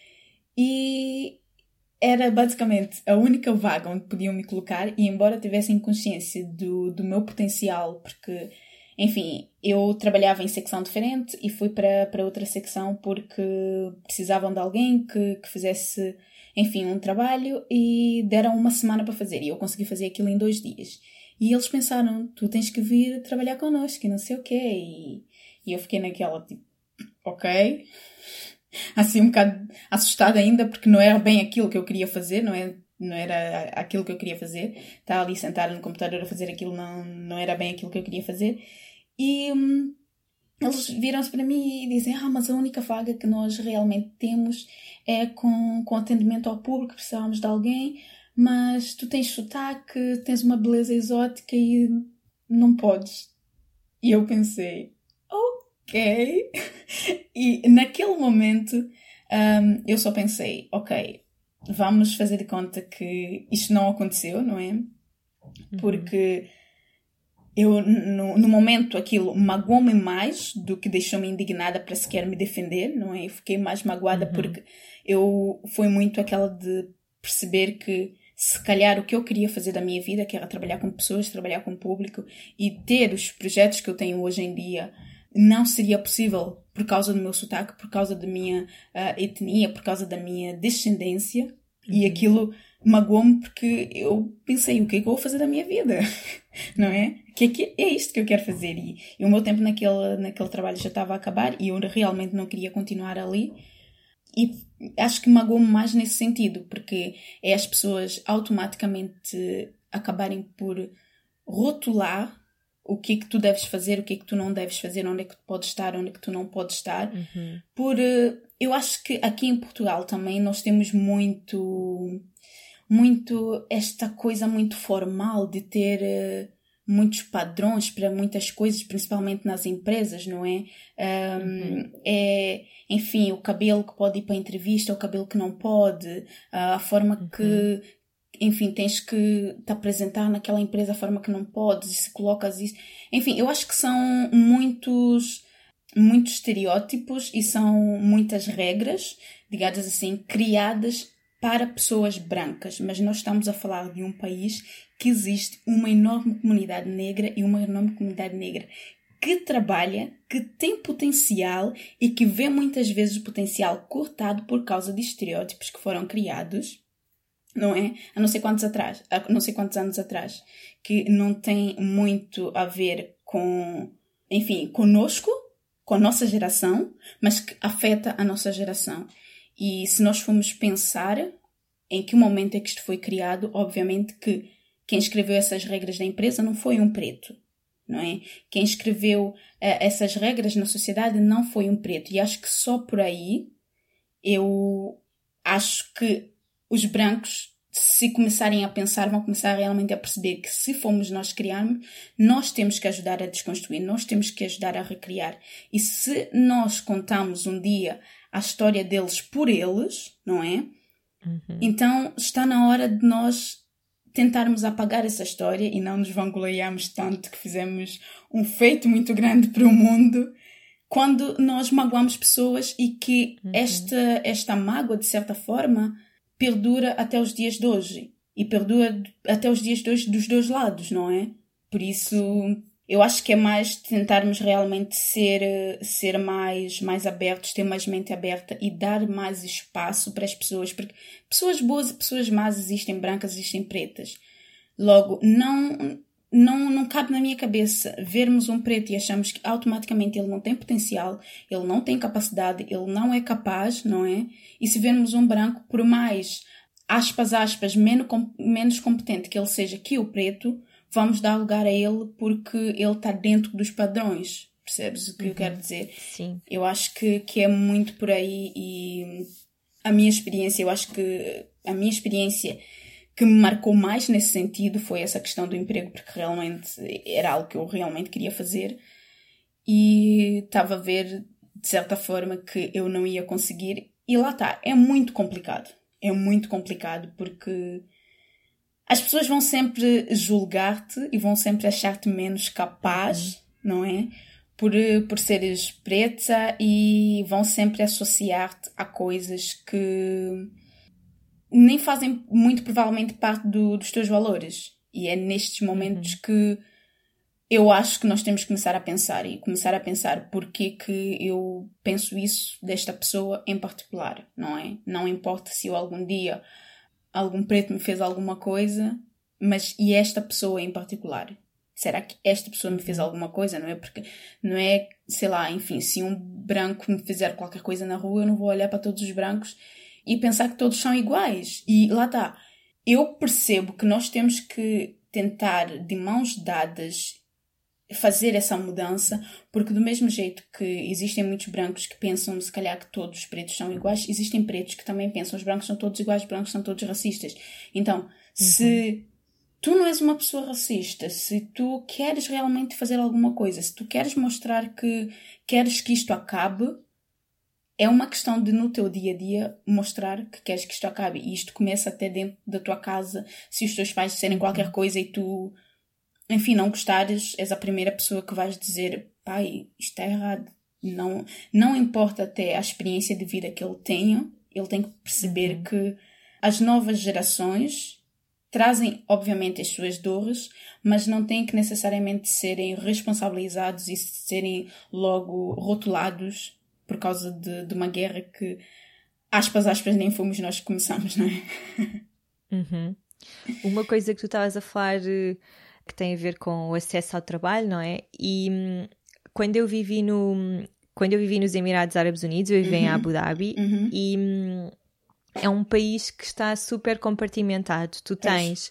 E era basicamente a única vaga onde podiam me colocar, e embora tivessem consciência do meu potencial, porque, enfim, eu trabalhava em secção diferente e fui para outra secção porque precisavam de alguém que fizesse, enfim, um trabalho, e deram uma semana para fazer, e eu consegui fazer aquilo em 2 dias. E eles pensaram, tu tens que vir trabalhar connosco e não sei o quê, e eu fiquei naquela, tipo, ok, assim um bocado assustada ainda, porque não era bem aquilo que eu queria fazer, não era aquilo que eu queria fazer. Estava ali sentada no computador a fazer aquilo, não era bem aquilo que eu queria fazer. E eles viram-se para mim e dizem, mas a única vaga que nós realmente temos é com atendimento ao público, precisávamos de alguém, mas tu tens sotaque, tens uma beleza exótica e não podes. E eu pensei, ok. E naquele momento eu só pensei, ok, vamos fazer de conta que isto não aconteceu, não é? Porque eu, no momento, aquilo magoou-me mais do que deixou-me indignada para sequer me defender, não é? Eu fiquei mais magoada porque foi muito aquela de perceber que se calhar o que eu queria fazer da minha vida, que era trabalhar com pessoas, trabalhar com o público e ter os projetos que eu tenho hoje em dia, não seria possível por causa do meu sotaque, por causa da minha etnia, por causa da minha descendência. E aquilo magoou-me porque eu pensei, o que é que eu vou fazer da minha vida? Não é? Que é isto que eu quero fazer? E o meu tempo naquele trabalho já estava a acabar e eu realmente não queria continuar ali. E acho que magoou-me mais nesse sentido, porque é as pessoas automaticamente acabarem por rotular o que é que tu deves fazer, o que é que tu não deves fazer, onde é que tu podes estar, onde é que tu não podes estar. Eu acho que aqui em Portugal também nós temos muito esta coisa muito formal de ter muitos padrões para muitas coisas, principalmente nas empresas, não é? Enfim, o cabelo que pode ir para a entrevista, o cabelo que não pode, a forma que, enfim, tens que te apresentar naquela empresa, a forma que não podes, e se colocas isso. Enfim, eu acho que são muitos estereótipos e são muitas regras, digamos assim, criadas para pessoas brancas, mas nós estamos a falar de um país que existe uma enorme comunidade negra e uma enorme comunidade negra que trabalha, que tem potencial e que vê muitas vezes o potencial cortado por causa de estereótipos que foram criados, não é? Há não sei quantos anos atrás, que não tem muito a ver com, enfim, conosco, com a nossa geração, mas que afeta a nossa geração. E se nós formos pensar em que momento é que isto foi criado, obviamente que quem escreveu essas regras da empresa não foi um preto, não é? Quem escreveu essas regras na sociedade não foi um preto. E acho que só por aí eu acho que os brancos, se começarem a pensar, vão começar realmente a perceber que se fomos nós criarmos, nós temos que ajudar a desconstruir, nós temos que ajudar a recriar. E se nós contamos um dia a história deles por eles, não é? Então está na hora de nós tentarmos apagar essa história e não nos vangloriarmos tanto que fizemos um feito muito grande para o mundo quando nós magoamos pessoas e que esta mágoa, de certa forma, perdura até os dias de hoje. E perdura até os dias de hoje dos dois lados, não é? Por isso, eu acho que é mais tentarmos realmente ser mais abertos, ter mais mente aberta e dar mais espaço para as pessoas, porque pessoas boas e pessoas más existem, brancas existem, pretas. Logo, não cabe na minha cabeça vermos um preto e achamos que automaticamente ele não tem potencial, ele não tem capacidade, ele não é capaz, não é? E se vermos um branco, por mais, aspas, menos competente que ele seja que o preto, vamos dar lugar a ele porque ele está dentro dos padrões. Percebes o que eu quero dizer?
Sim.
Eu acho que é muito por aí e a minha experiência, eu acho que a minha experiência que me marcou mais nesse sentido foi essa questão do emprego, porque realmente era algo que eu realmente queria fazer e estava a ver, de certa forma, que eu não ia conseguir. E lá está, é muito complicado. É muito complicado porque as pessoas vão sempre julgar-te e vão sempre achar-te menos capaz, não é? Por seres preta, e vão sempre associar-te a coisas que nem fazem muito provavelmente parte dos teus valores. E é nestes momentos que eu acho que nós temos que começar a pensar porque que eu penso isso desta pessoa em particular, não é? Não importa se eu algum dia, algum preto me fez alguma coisa, mas e esta pessoa em particular? Será que esta pessoa me fez alguma coisa? Não é? Porque, não é, sei lá, enfim, se um branco me fizer qualquer coisa na rua, eu não vou olhar para todos os brancos e pensar que todos são iguais. E lá está. Eu percebo que nós temos que tentar, de mãos dadas, fazer essa mudança, porque do mesmo jeito que existem muitos brancos que pensam, se calhar, que todos os pretos são iguais, existem pretos que também pensam, os brancos são todos iguais, os brancos são todos racistas. Então, se tu não és uma pessoa racista, se tu queres realmente fazer alguma coisa, se tu queres mostrar que queres que isto acabe, é uma questão de, no teu dia-a-dia, mostrar que queres que isto acabe. E isto começa até dentro da tua casa. Se os teus pais disserem qualquer coisa e tu, enfim, não gostares, és a primeira pessoa que vais dizer, pai, isto está errado. Não importa até a experiência de vida que ele tenha, ele tem que perceber que as novas gerações trazem, obviamente, as suas dores, mas não têm que necessariamente serem responsabilizados e serem logo rotulados por causa de uma guerra que, aspas, nem fomos nós que começamos, não é?
Uma coisa que tu estavas a falar que tem a ver com o acesso ao trabalho, não é? E quando eu vivi nos Emirados Árabes Unidos, eu vivi em Abu Dhabi, e é um país que está super compartimentado. Tu tens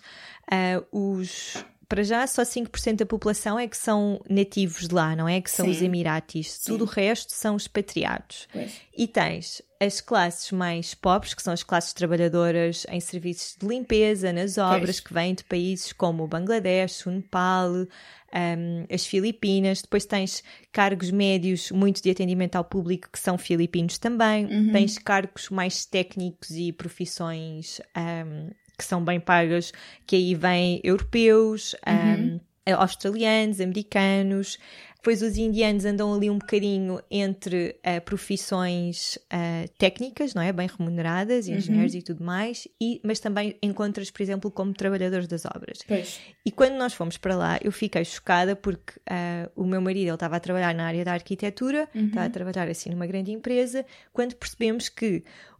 para já, só 5% da população é que são nativos de lá, não é? Que são os Emiratis. Tudo o resto são expatriados. E tens as classes mais pobres, que são as classes trabalhadoras em serviços de limpeza, nas obras, que vêm de países como o Bangladesh, o Nepal, as Filipinas. Depois tens cargos médios, muito de atendimento ao público, que são filipinos também. Tens cargos mais técnicos e profissões que são bem pagas, que aí vêm europeus, australianos, americanos. Depois os indianos andam ali um bocadinho entre profissões técnicas, não é? Bem remuneradas, engenheiros e tudo mais, mas também encontras, por exemplo, como trabalhadores das obras. E quando nós fomos para lá, eu fiquei chocada porque o meu marido, ele estava a trabalhar na área da arquitetura, estava a trabalhar assim numa grande empresa, quando percebemos que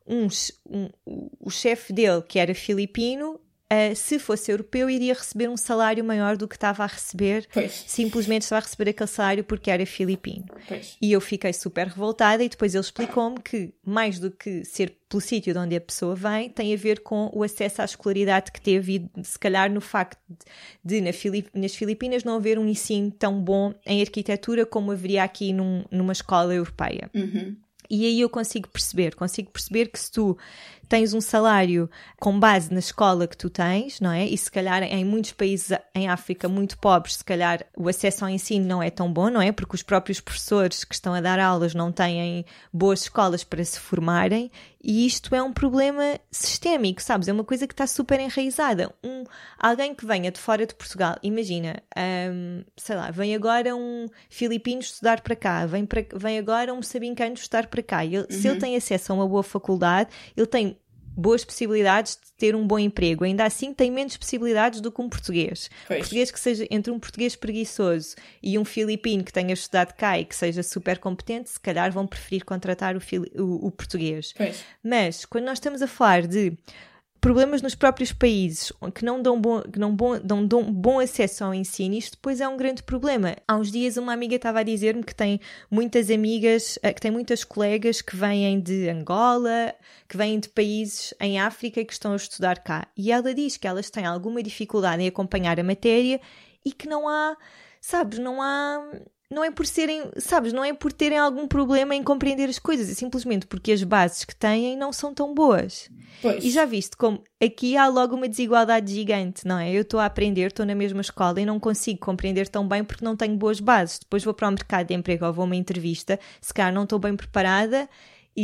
o chefe dele, que era filipino, se fosse europeu, iria receber um salário maior do que estava a receber. Simplesmente estava a receber aquele salário porque era filipino. E eu fiquei super revoltada, e depois ele explicou-me que, mais do que ser pelo sítio de onde a pessoa vem, tem a ver com o acesso à escolaridade que teve, e se calhar no facto de nas Filipinas não haver um ensino tão bom em arquitetura como haveria aqui numa escola europeia. E aí eu consigo perceber que se tu tens um salário com base na escola que tu tens, não é? E se calhar em muitos países em África muito pobres, se calhar o acesso ao ensino não é tão bom, não é? Porque os próprios professores que estão a dar aulas não têm boas escolas para se formarem, e isto é um problema sistémico, sabes? É uma coisa que está super enraizada. Alguém que venha de fora de Portugal, imagina, sei lá, vem agora um filipino estudar para cá, vem agora um moçambicano estudar para cá, se ele tem acesso a uma boa faculdade, ele tem boas possibilidades de ter um bom emprego. Ainda assim tem menos possibilidades do que um português. Português que seja, entre um português preguiçoso e um filipino que tenha estudado cá e que seja super competente, se calhar vão preferir contratar o português. Mas quando nós estamos a falar de problemas nos próprios países que não dão bom acesso ao ensino, isto depois é um grande problema. Há uns dias uma amiga estava a dizer-me que tem muitas amigas, que tem muitas colegas que vêm de Angola, que vêm de países em África e que estão a estudar cá. E ela diz que elas têm alguma dificuldade em acompanhar a matéria e que não há, sabes, não é por serem, sabes, não é por terem algum problema em compreender as coisas, é simplesmente porque as bases que têm não são tão boas. E já viste como aqui há logo uma desigualdade gigante, não é? Eu estou a aprender, estou na mesma escola e não consigo compreender tão bem porque não tenho boas bases. Depois vou para o mercado de emprego ou vou a uma entrevista, se calhar não estou bem preparada e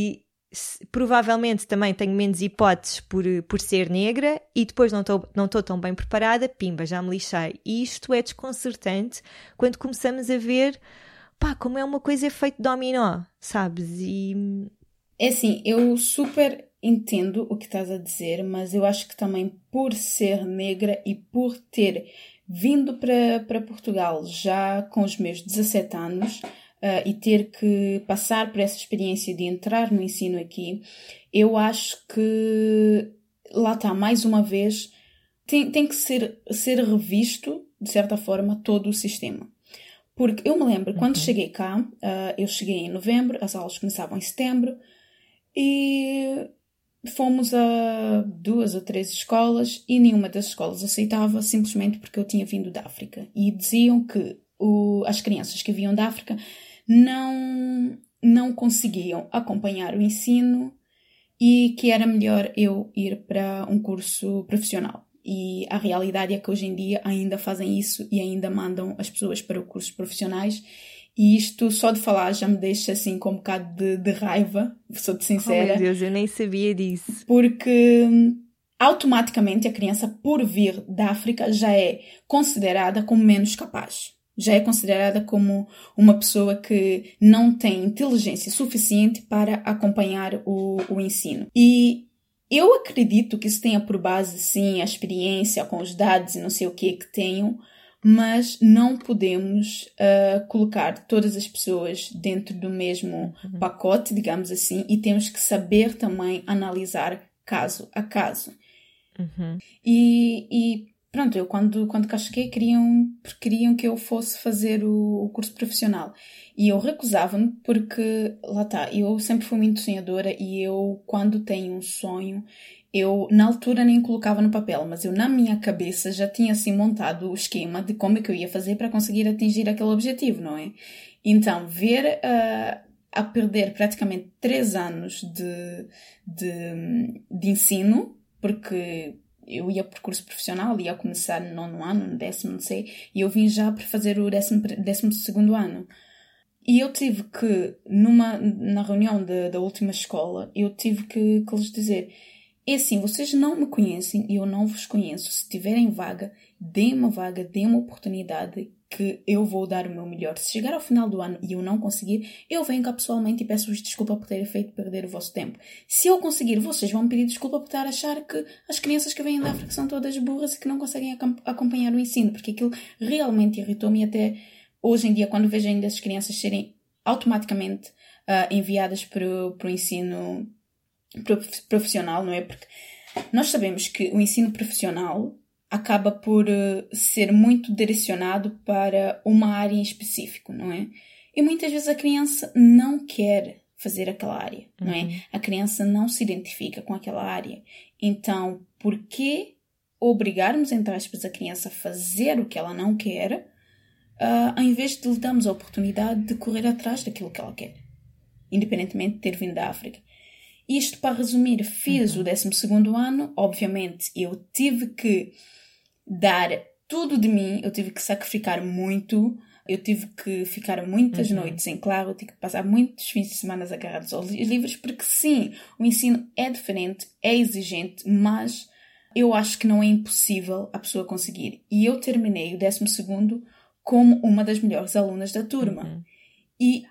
provavelmente também tenho menos hipóteses por ser negra e depois não estou tão bem preparada, pimba, já me lixei. E isto é desconcertante quando começamos a ver, pá, como é uma coisa efeito dominó, sabes? E...
É assim, eu super entendo o que estás a dizer, mas eu acho que também por ser negra e por ter vindo para Portugal já com os meus 17 anos, e ter que passar por essa experiência de entrar no ensino aqui, eu acho que, lá está, mais uma vez, tem que ser revisto, de certa forma, todo o sistema. Porque eu me lembro, quando cheguei cá, eu cheguei em novembro, as aulas começavam em setembro, e fomos a 2 ou 3 escolas, e nenhuma das escolas aceitava, simplesmente porque eu tinha vindo da África. E diziam que as crianças que vinham da África não conseguiam acompanhar o ensino e que era melhor eu ir para um curso profissional. E a realidade é que hoje em dia ainda fazem isso e ainda mandam as pessoas para cursos profissionais. E isto, só de falar, já me deixa assim com um bocado de raiva, sou-te sincera.
Oh meu Deus, eu nem sabia disso.
Porque automaticamente a criança, por vir da África, já é considerada como menos capaz. Já é considerada como uma pessoa que não tem inteligência suficiente para acompanhar o ensino. E eu acredito que isso tenha por base, sim, a experiência com os dados e não sei o que tenham, mas não podemos colocar todas as pessoas dentro do mesmo pacote, digamos assim, e temos que saber também analisar caso a caso. E pronto, eu quando cá cheguei queriam que eu fosse fazer o curso profissional. E eu recusava-me porque, lá está, eu sempre fui muito sonhadora e eu, quando tenho um sonho, eu na altura nem colocava no papel, mas eu na minha cabeça já tinha assim montado o esquema de como é que eu ia fazer para conseguir atingir aquele objetivo, não é? Então, ver a perder praticamente 3 anos de ensino, porque eu ia por curso profissional, ia começar no 9º ano, no 10º, não sei, e eu vim já para fazer o 12º ano. E eu tive que, na reunião da última escola, eu tive que lhes dizer, é assim, vocês não me conhecem e eu não vos conheço. Se tiverem vaga, deem uma vaga, deem uma oportunidade que eu vou dar o meu melhor. Se chegar ao final do ano e eu não conseguir, eu venho cá pessoalmente e peço-vos desculpa por ter feito perder o vosso tempo. Se eu conseguir, vocês vão me pedir desculpa por estar a achar que as crianças que vêm da África são todas burras e que não conseguem acompanhar o ensino, porque aquilo realmente irritou-me. Até hoje em dia, quando vejo ainda as crianças serem automaticamente enviadas para o ensino profissional, não é? Porque nós sabemos que o ensino profissional acaba por ser muito direcionado para uma área em específico, não é? E muitas vezes a criança não quer fazer aquela área, não é? A criança não se identifica com aquela área. Então, por que obrigarmos, entre aspas, a criança a fazer o que ela não quer, ao invés de lhe darmos a oportunidade de correr atrás daquilo que ela quer, independentemente de ter vindo da África? Isto, para resumir, fiz o 12º ano. Obviamente, eu tive que dar tudo de mim, eu tive que sacrificar muito, eu tive que ficar muitas noites em claro, eu tive que passar muitos fins de semana agarrados aos livros, porque sim, o ensino é diferente, é exigente, mas eu acho que não é impossível a pessoa conseguir. E eu terminei o 12º como uma das melhores alunas da turma. E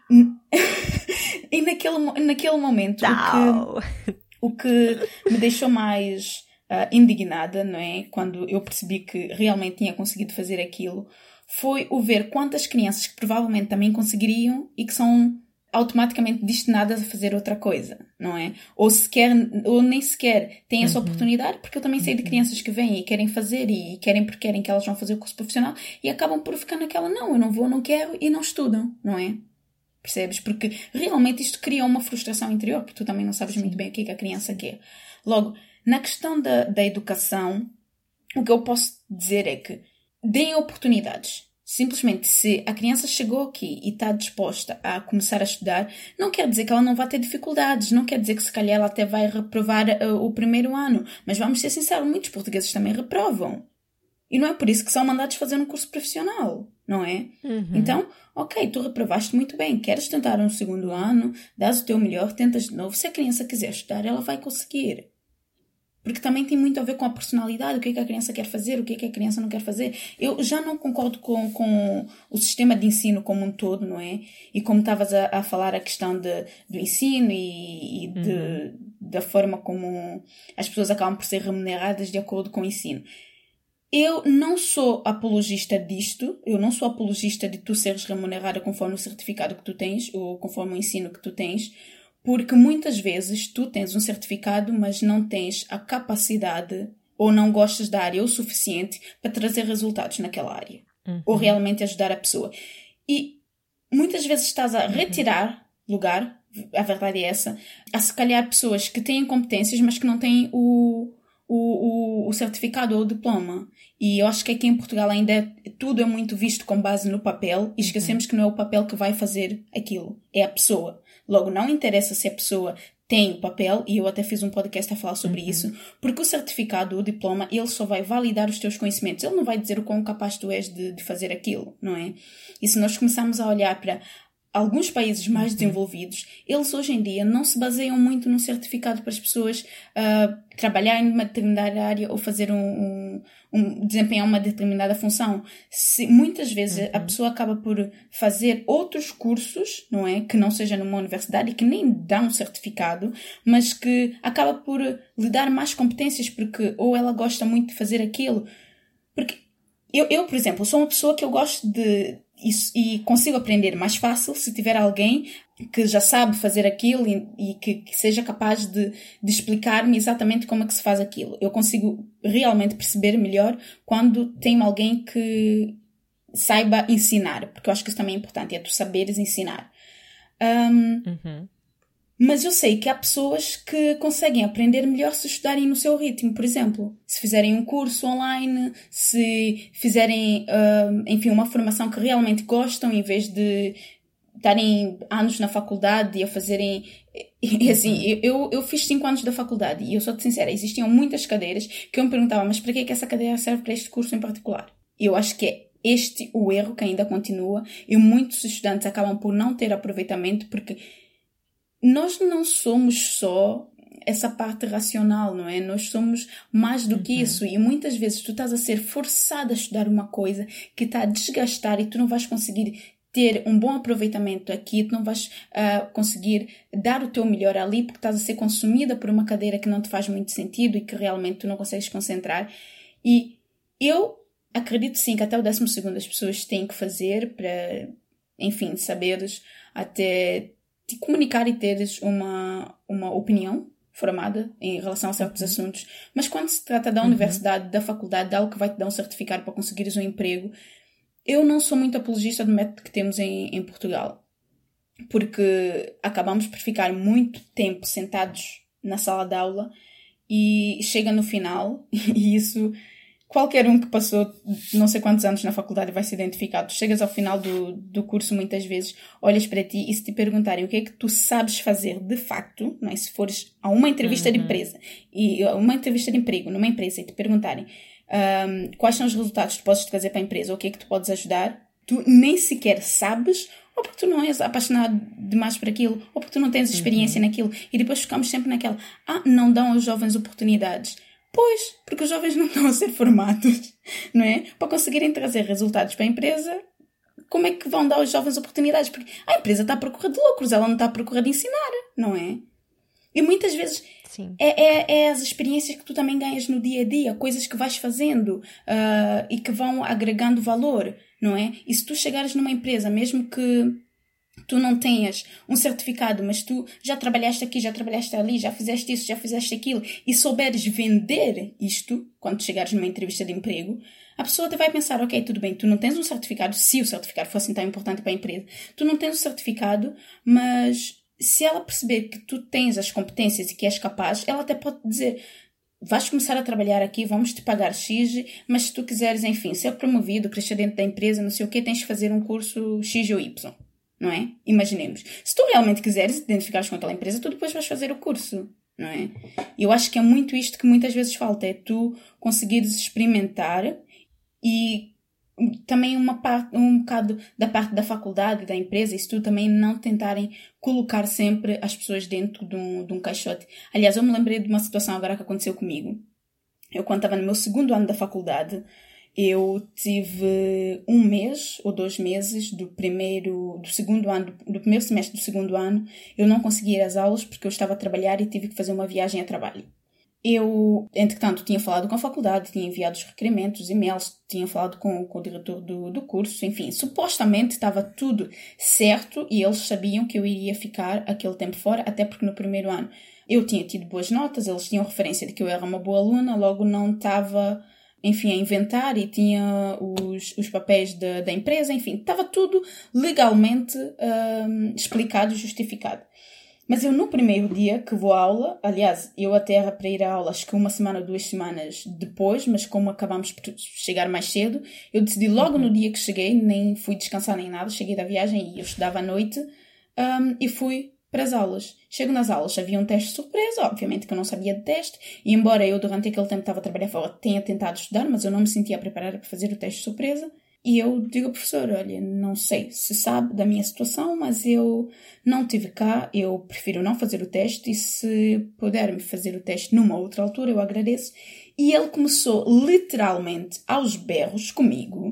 naquele momento, o que me deixou mais indignada, não é? Quando eu percebi que realmente tinha conseguido fazer aquilo, foi o ver quantas crianças que provavelmente também conseguiriam e que são automaticamente destinadas a fazer outra coisa, não é? Ou nem sequer têm essa oportunidade, porque eu também sei de crianças que vêm e querem fazer e querem porque querem que elas vão fazer o curso profissional e acabam por ficar naquela, não, eu não vou, não quero, e não estudam, não é? Percebes? Porque realmente isto cria uma frustração interior, porque tu também não sabes muito bem o que é que a criança quer. Logo, na questão da educação, o que eu posso dizer é que deem oportunidades. Simplesmente, se a criança chegou aqui e está disposta a começar a estudar, não quer dizer que ela não vai ter dificuldades, não quer dizer que se calhar ela até vai reprovar o primeiro ano. Mas vamos ser sinceros, muitos portugueses também reprovam. E não é por isso que são mandados fazer um curso profissional, não é? Então, ok, tu reprovaste muito bem, queres tentar um segundo ano, dás o teu melhor, tentas de novo. Se a criança quiser estudar, ela vai conseguir. Porque também tem muito a ver com a personalidade, o que é que a criança quer fazer, o que é que a criança não quer fazer. Eu já não concordo com o sistema de ensino como um todo, não é? E como estavas a falar a questão do ensino e da forma como as pessoas acabam por ser remuneradas de acordo com o ensino. Eu não sou apologista disto, eu não sou apologista de tu seres remunerada conforme o certificado que tu tens, ou conforme o ensino que tu tens, porque muitas vezes tu tens um certificado, mas não tens a capacidade ou não gostas da área o suficiente para trazer resultados naquela área. Ou realmente ajudar a pessoa. E muitas vezes estás a retirar lugar, a verdade é essa, a se calhar pessoas que têm competências, mas que não têm o certificado ou o diploma. E eu acho que aqui em Portugal ainda tudo é muito visto com base no papel e esquecemos que não é o papel que vai fazer aquilo, é a pessoa. Logo, não interessa se a pessoa tem o papel, e eu até fiz um podcast a falar sobre isso, porque o certificado, o diploma, ele só vai validar os teus conhecimentos. Ele não vai dizer o quão capaz tu és de fazer aquilo, não é? E se nós começarmos a olhar para alguns países mais desenvolvidos, eles hoje em dia não se baseiam muito no certificado para as pessoas trabalharem numa determinada área ou fazer desempenhar uma determinada função. Muitas vezes a pessoa acaba por fazer outros cursos, não é? Que não seja numa universidade e que nem dá um certificado, mas que acaba por lhe dar mais competências porque ou ela gosta muito de fazer aquilo. Porque eu, por exemplo, sou uma pessoa que eu gosto de isso, e consigo aprender mais fácil se tiver alguém que já sabe fazer aquilo e que seja capaz de explicar-me exatamente como é que se faz aquilo. Eu consigo realmente perceber melhor quando tem alguém que saiba ensinar, porque eu acho que isso também é importante, é tu saberes ensinar. Mas eu sei que há pessoas que conseguem aprender melhor se estudarem no seu ritmo, por exemplo. Se fizerem um curso online, se fizerem, enfim, uma formação que realmente gostam, em vez de estarem anos na faculdade e a fazerem... Assim, eu fiz 5 anos da faculdade e eu sou-te sincera, existiam muitas cadeiras que eu me perguntava, mas para que é que essa cadeira serve para este curso em particular? E eu acho que é este o erro que ainda continua e muitos estudantes acabam por não ter aproveitamento porque nós não somos só essa parte racional, não é? Nós somos mais do que isso e muitas vezes tu estás a ser forçado a estudar uma coisa que está a desgastar e tu não vais conseguir ter um bom aproveitamento aqui, tu não vais conseguir dar o teu melhor ali porque estás a ser consumida por uma cadeira que não te faz muito sentido e que realmente tu não consegues concentrar. E eu acredito sim que até o 12º as pessoas têm que fazer para, enfim, saberes até de comunicar e teres uma opinião formada em relação a certos assuntos. Mas quando se trata da universidade, da faculdade, de algo que vai te dar um certificado para conseguires um emprego, eu não sou muito apologista do método que temos em Portugal. Porque acabamos por ficar muito tempo sentados na sala de aula e chega no final, e isso... Qualquer um que passou não sei quantos anos na faculdade vai se identificar. Tu chegas ao final do curso muitas vezes, olhas para ti e se te perguntarem o que é que tu sabes fazer de facto, não é? Se fores a uma entrevista de empresa, e uma entrevista de emprego numa empresa e te perguntarem quais são os resultados que tu podes trazer para a empresa ou o que é que tu podes ajudar, tu nem sequer sabes, ou porque tu não és apaixonado demais por aquilo, ou porque tu não tens experiência naquilo, e depois ficamos sempre naquela, não dão aos jovens oportunidades. Pois, porque os jovens não estão a ser formados, não é? Para conseguirem trazer resultados para a empresa, como é que vão dar aos jovens oportunidades? Porque a empresa está à procura de lucros, ela não está à procura de ensinar, não é? E muitas vezes é as experiências que tu também ganhas no dia a dia, coisas que vais fazendo e que vão agregando valor, não é? E se tu chegares numa empresa, mesmo que tu não tenhas um certificado, mas tu já trabalhaste aqui, já trabalhaste ali, já fizeste isso, já fizeste aquilo, e souberes vender isto, quando chegares numa entrevista de emprego, a pessoa até vai pensar, ok, tudo bem, tu não tens um certificado, se o certificado fosse tão importante para a empresa, tu não tens um certificado, mas se ela perceber que tu tens as competências e que és capaz, ela até pode dizer, vais começar a trabalhar aqui, vamos te pagar X, mas se tu quiseres, enfim, ser promovido, crescer dentro da empresa, não sei o quê, tens de fazer um curso X ou Y. Não é? Imaginemos. Se tu realmente quiseres te identificares com aquela empresa, tu depois vais fazer o curso, não é? E eu acho que é muito isto que muitas vezes falta, é tu conseguires experimentar E também um bocado da parte da faculdade, da empresa, isso tudo, também não tentarem colocar sempre as pessoas dentro de um caixote. Aliás, eu me lembrei de uma situação agora que aconteceu comigo. Eu, quando estava no meu segundo ano da faculdade, eu tive 1 mês ou 2 meses do primeiro semestre do segundo ano, eu não consegui ir às aulas porque eu estava a trabalhar e tive que fazer uma viagem a trabalho. Eu, entretanto, tinha falado com a faculdade, tinha enviado os requerimentos, os e-mails, tinha falado com o diretor do curso, enfim, supostamente estava tudo certo e eles sabiam que eu iria ficar aquele tempo fora, até porque no primeiro ano eu tinha tido boas notas, eles tinham referência de que eu era uma boa aluna, logo não estava, enfim, a inventar e tinha os papéis da empresa, enfim, estava tudo legalmente explicado e justificado. Mas eu, no primeiro dia que vou à aula, aliás, eu até era para ir à aula, acho que 1 semana ou 2 semanas depois, mas como acabámos por chegar mais cedo, eu decidi logo no dia que cheguei, nem fui descansar nem nada, cheguei da viagem e eu estudava à noite, e fui para as aulas. Chego nas aulas, havia um teste surpresa, obviamente que eu não sabia de teste, e embora eu durante aquele tempo estava a trabalhar fora, tenha tentado estudar, mas eu não me sentia preparada para fazer o teste surpresa. E eu digo ao professor, olha, não sei se sabe da minha situação, mas eu não estive cá, eu prefiro não fazer o teste e se puder-me fazer o teste numa outra altura, eu agradeço. E ele começou literalmente aos berros comigo,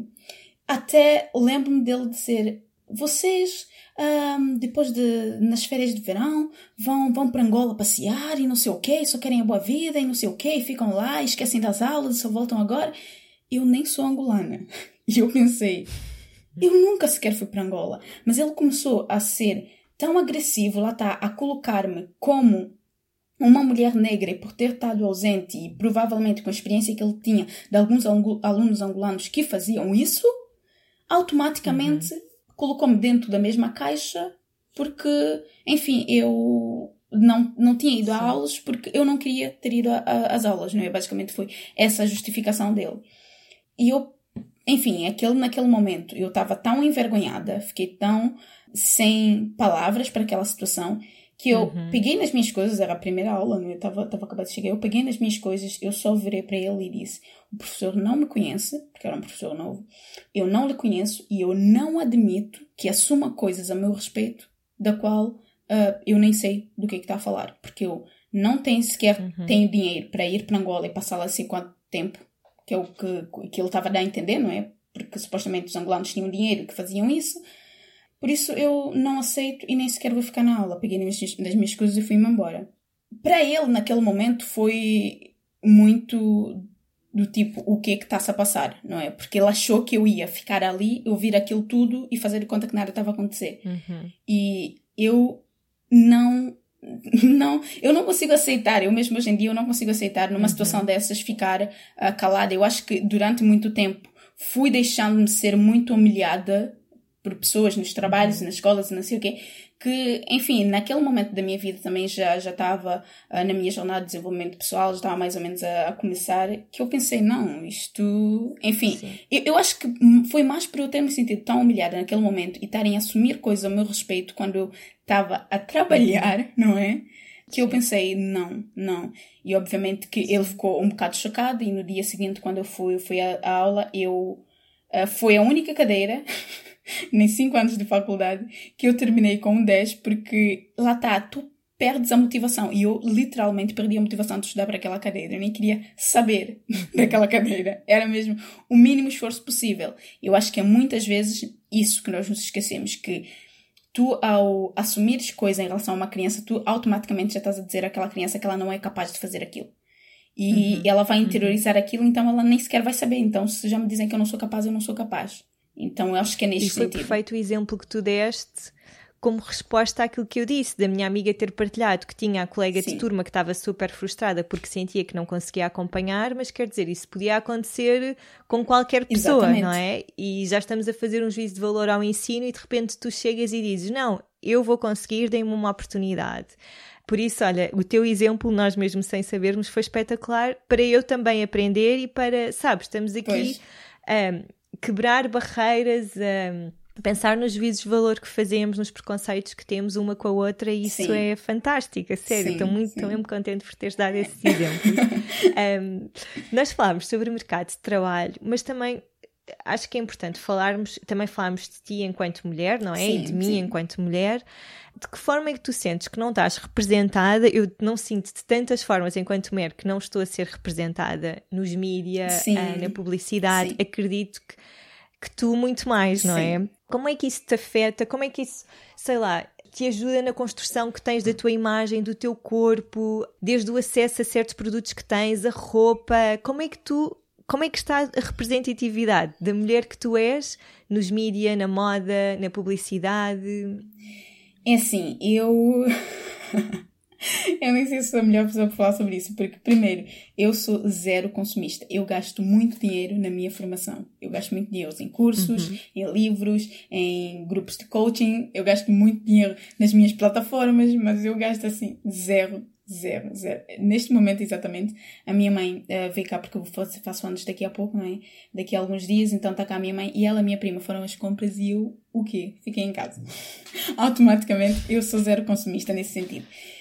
até lembro-me dele dizer, vocês, depois nas férias de verão, vão para Angola passear e não sei o quê, só querem a boa vida e não sei o quê, e ficam lá, esquecem das aulas e só voltam agora. Eu nem sou angolana. E eu pensei, eu nunca sequer fui para Angola. Mas ele começou a ser tão agressivo, lá está, a colocar-me como uma mulher negra e por ter estado ausente e provavelmente com a experiência que ele tinha de alguns alunos angolanos que faziam isso, automaticamente colocou-me dentro da mesma caixa porque, enfim, eu não tinha ido a aulas porque eu não queria ter ido às aulas, não é? Basicamente foi essa a justificação dele. E eu, enfim, naquele momento eu estava tão envergonhada, fiquei tão sem palavras para aquela situação, que eu peguei nas minhas coisas, era a primeira aula, eu estava acabado de chegar, eu peguei nas minhas coisas, eu só virei para ele e disse, o professor não me conhece, porque era um professor novo, eu não lhe conheço e eu não admito que assuma coisas a meu respeito, da qual eu nem sei do que está a falar, porque eu não tenho dinheiro para ir para Angola e passar lá assim quanto tempo, que é o que ele estava a dar a entender, não é? Porque supostamente os angolanos tinham dinheiro que faziam isso. Por isso eu não aceito e nem sequer vou ficar na aula. Peguei nas minhas coisas e fui-me embora. Para ele, naquele momento, foi muito do tipo, o que é que está-se a passar, não é? Porque ele achou que eu ia ficar ali, ouvir aquilo tudo e fazer de conta que nada estava a acontecer. E eu eu não consigo aceitar, eu mesmo hoje em dia eu não consigo aceitar numa situação dessas ficar calada. Eu acho que durante muito tempo fui deixando-me ser muito humilhada por pessoas nos trabalhos, nas escolas e não sei o quê, que, enfim, naquele momento da minha vida também já estava na minha jornada de desenvolvimento pessoal, já estava mais ou menos a começar, que eu pensei, não, isto... Enfim, eu acho que foi mais por eu ter me sentido tão humilhada naquele momento e estarem a assumir coisas a meu respeito quando eu estava a trabalhar, não é? Que eu pensei, não. E obviamente que ele ficou um bocado chocado e no dia seguinte, quando eu fui à aula, foi a única cadeira... nem 5 anos de faculdade, que eu terminei com um 10, porque lá está, tu perdes a motivação. E eu literalmente perdi a motivação de estudar para aquela cadeira. Eu nem queria saber daquela cadeira. Era mesmo o mínimo esforço possível. Eu acho que é muitas vezes isso que nós nos esquecemos, que tu, ao assumires coisa em relação a uma criança, tu automaticamente já estás a dizer àquela criança que ela não é capaz de fazer aquilo. E ela vai interiorizar aquilo, então ela nem sequer vai saber. Então, se já me dizem que eu não sou capaz, eu não sou capaz. Então, eu acho que é neste sentido.
E foi perfeito o exemplo que tu deste como resposta àquilo que eu disse, da minha amiga ter partilhado que tinha a colega de turma que estava super frustrada porque sentia que não conseguia acompanhar, mas quer dizer, isso podia acontecer com qualquer pessoa, exatamente, não é? E já estamos a fazer um juízo de valor ao ensino e de repente tu chegas e dizes, não, eu vou conseguir, dê-me uma oportunidade. Por isso, olha, o teu exemplo, nós mesmo sem sabermos, foi espetacular para eu também aprender e para, sabes, estamos aqui... quebrar barreiras, pensar nos juízos de valor que fazemos, nos preconceitos que temos uma com a outra, e isso é fantástico, a sério. Estou mesmo contente por teres dado esses exemplos. Nós falámos sobre o mercado de trabalho, mas também acho que é importante também falarmos de ti enquanto mulher, não é?
Sim,
e de mim
sim.
enquanto mulher. De que forma é que tu sentes que não estás representada? Eu não sinto de tantas formas enquanto mulher que não estou a ser representada nos mídias,
Sim,
na publicidade.
sim,
Acredito que tu muito mais, não é?
sim.
Como é que isso te afeta? Como é que isso, sei lá, te ajuda na construção que tens da tua imagem, do teu corpo, desde o acesso a certos produtos que tens, a roupa? Como é que está a representatividade da mulher que tu és nos mídias, na moda, na publicidade?
É assim, eu nem sei se sou a melhor pessoa para falar sobre isso, porque, primeiro, eu sou zero consumista. Eu gasto muito dinheiro na minha formação. Eu gasto muito dinheiro em cursos, em livros, em grupos de coaching. Eu gasto muito dinheiro nas minhas plataformas, mas eu gasto, assim, zero. Neste momento, exatamente, a minha mãe veio cá porque eu faço anos daqui a pouco, não é? Daqui a alguns dias, então está cá a minha mãe e ela e a minha prima foram às compras e eu, o quê? Fiquei em casa. Automaticamente, eu sou zero consumista nesse sentido.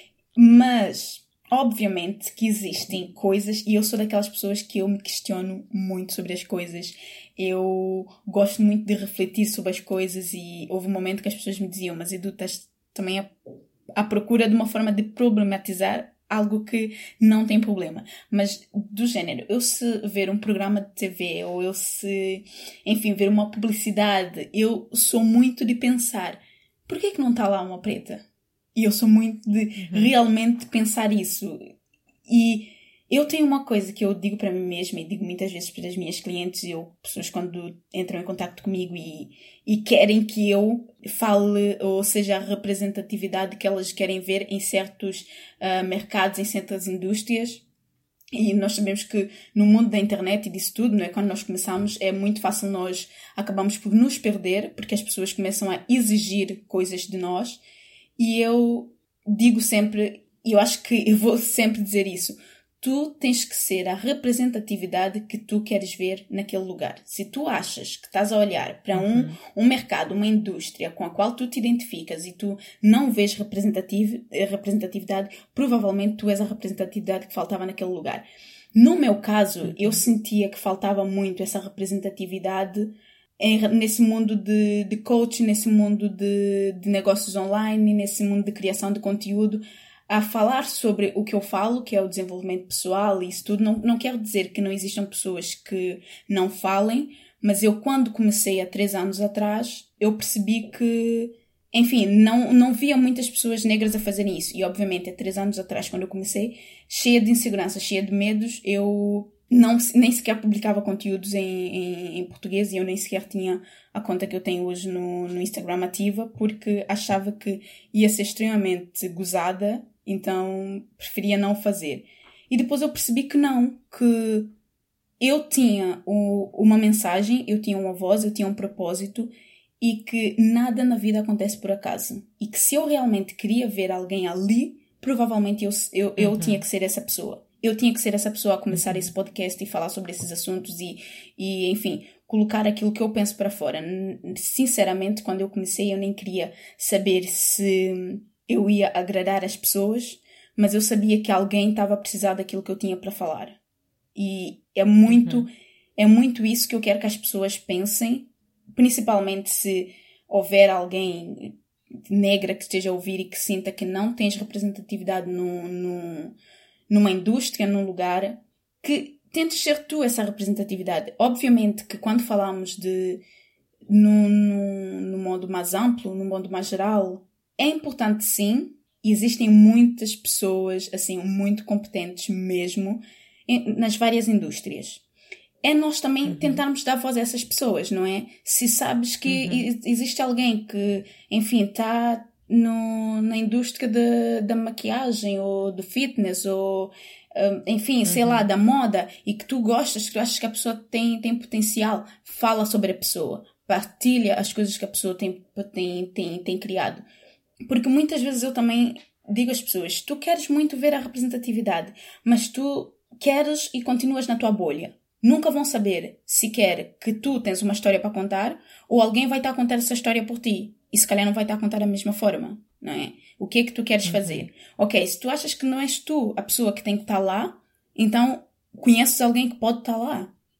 Mas, obviamente, que existem coisas e eu sou daquelas pessoas que eu me questiono muito sobre as coisas. Eu gosto muito de refletir sobre as coisas e houve um momento que as pessoas me diziam, mas Edu, estás também à procura de uma forma de problematizar algo que não tem problema. Mas, do género, eu se ver um programa de TV ou eu se, enfim, ver uma publicidade, eu sou muito de pensar, por que não está lá uma preta? E eu sou muito de realmente pensar isso. E eu tenho uma coisa que eu digo para mim mesma e digo muitas vezes para as minhas clientes, pessoas quando entram em contacto comigo e querem que eu fale, ou seja, a representatividade que elas querem ver em certos mercados, em certas indústrias. E nós sabemos que no mundo da internet e disso tudo, não é? Quando nós começamos, é muito fácil nós acabamos por nos perder, porque as pessoas começam a exigir coisas de nós. E eu digo sempre, e eu acho que eu vou sempre dizer isso, tu tens que ser a representatividade que tu queres ver naquele lugar. Se tu achas que estás a olhar para um mercado, uma indústria com a qual tu te identificas e tu não vês representatividade, provavelmente tu és a representatividade que faltava naquele lugar. No meu caso, eu sentia que faltava muito essa representatividade nesse mundo de coaching, nesse mundo de negócios online, nesse mundo de criação de conteúdo, a falar sobre o que eu falo, que é o desenvolvimento pessoal e isso tudo. Não quero dizer que não existam pessoas que não falem, mas eu quando comecei há 3 anos atrás, eu percebi que, enfim, não via muitas pessoas negras a fazerem isso. E obviamente há 3 anos atrás, quando eu comecei, cheia de insegurança, cheia de medos, eu nem sequer publicava conteúdos em português e eu nem sequer tinha a conta que eu tenho hoje no Instagram ativa porque achava que ia ser extremamente gozada, então preferia não fazer. E depois eu percebi que não, que eu tinha uma mensagem, eu tinha uma voz, eu tinha um propósito e que nada na vida acontece por acaso. E que se eu realmente queria ver alguém ali, provavelmente eu tinha que ser essa pessoa. Eu tinha que ser essa pessoa a começar esse podcast e falar sobre esses assuntos e, enfim, colocar aquilo que eu penso para fora. Sinceramente, quando eu comecei, eu nem queria saber se eu ia agradar as pessoas, mas eu sabia que alguém estava a precisar daquilo que eu tinha para falar. E é muito isso que eu quero que as pessoas pensem, principalmente se houver alguém negra que esteja a ouvir e que sinta que não tens representatividade numa indústria, num lugar, que tentes ser tu essa representatividade. Obviamente que quando falamos no modo mais amplo, no modo mais geral, é importante sim, e existem muitas pessoas, assim, muito competentes mesmo, nas várias indústrias. É nós também tentarmos dar voz a essas pessoas, não é? Se sabes que existe alguém que, enfim, está na indústria da maquiagem ou do fitness ou, enfim, sei lá, da moda e que tu gostas, que tu achas que a pessoa tem potencial, fala sobre a pessoa, partilha as coisas que a pessoa tem criado. Porque muitas vezes eu também digo às pessoas, tu queres muito ver a representatividade, mas tu queres e continuas na tua bolha. Nunca vão saber sequer que tu tens uma história para contar ou alguém vai estar a contar essa história por ti. E se calhar não vai estar a contar da mesma forma, não é? O que é que tu queres fazer? Ok, se tu achas que não és tu a pessoa que tem que estar lá, então conheces alguém que pode estar lá.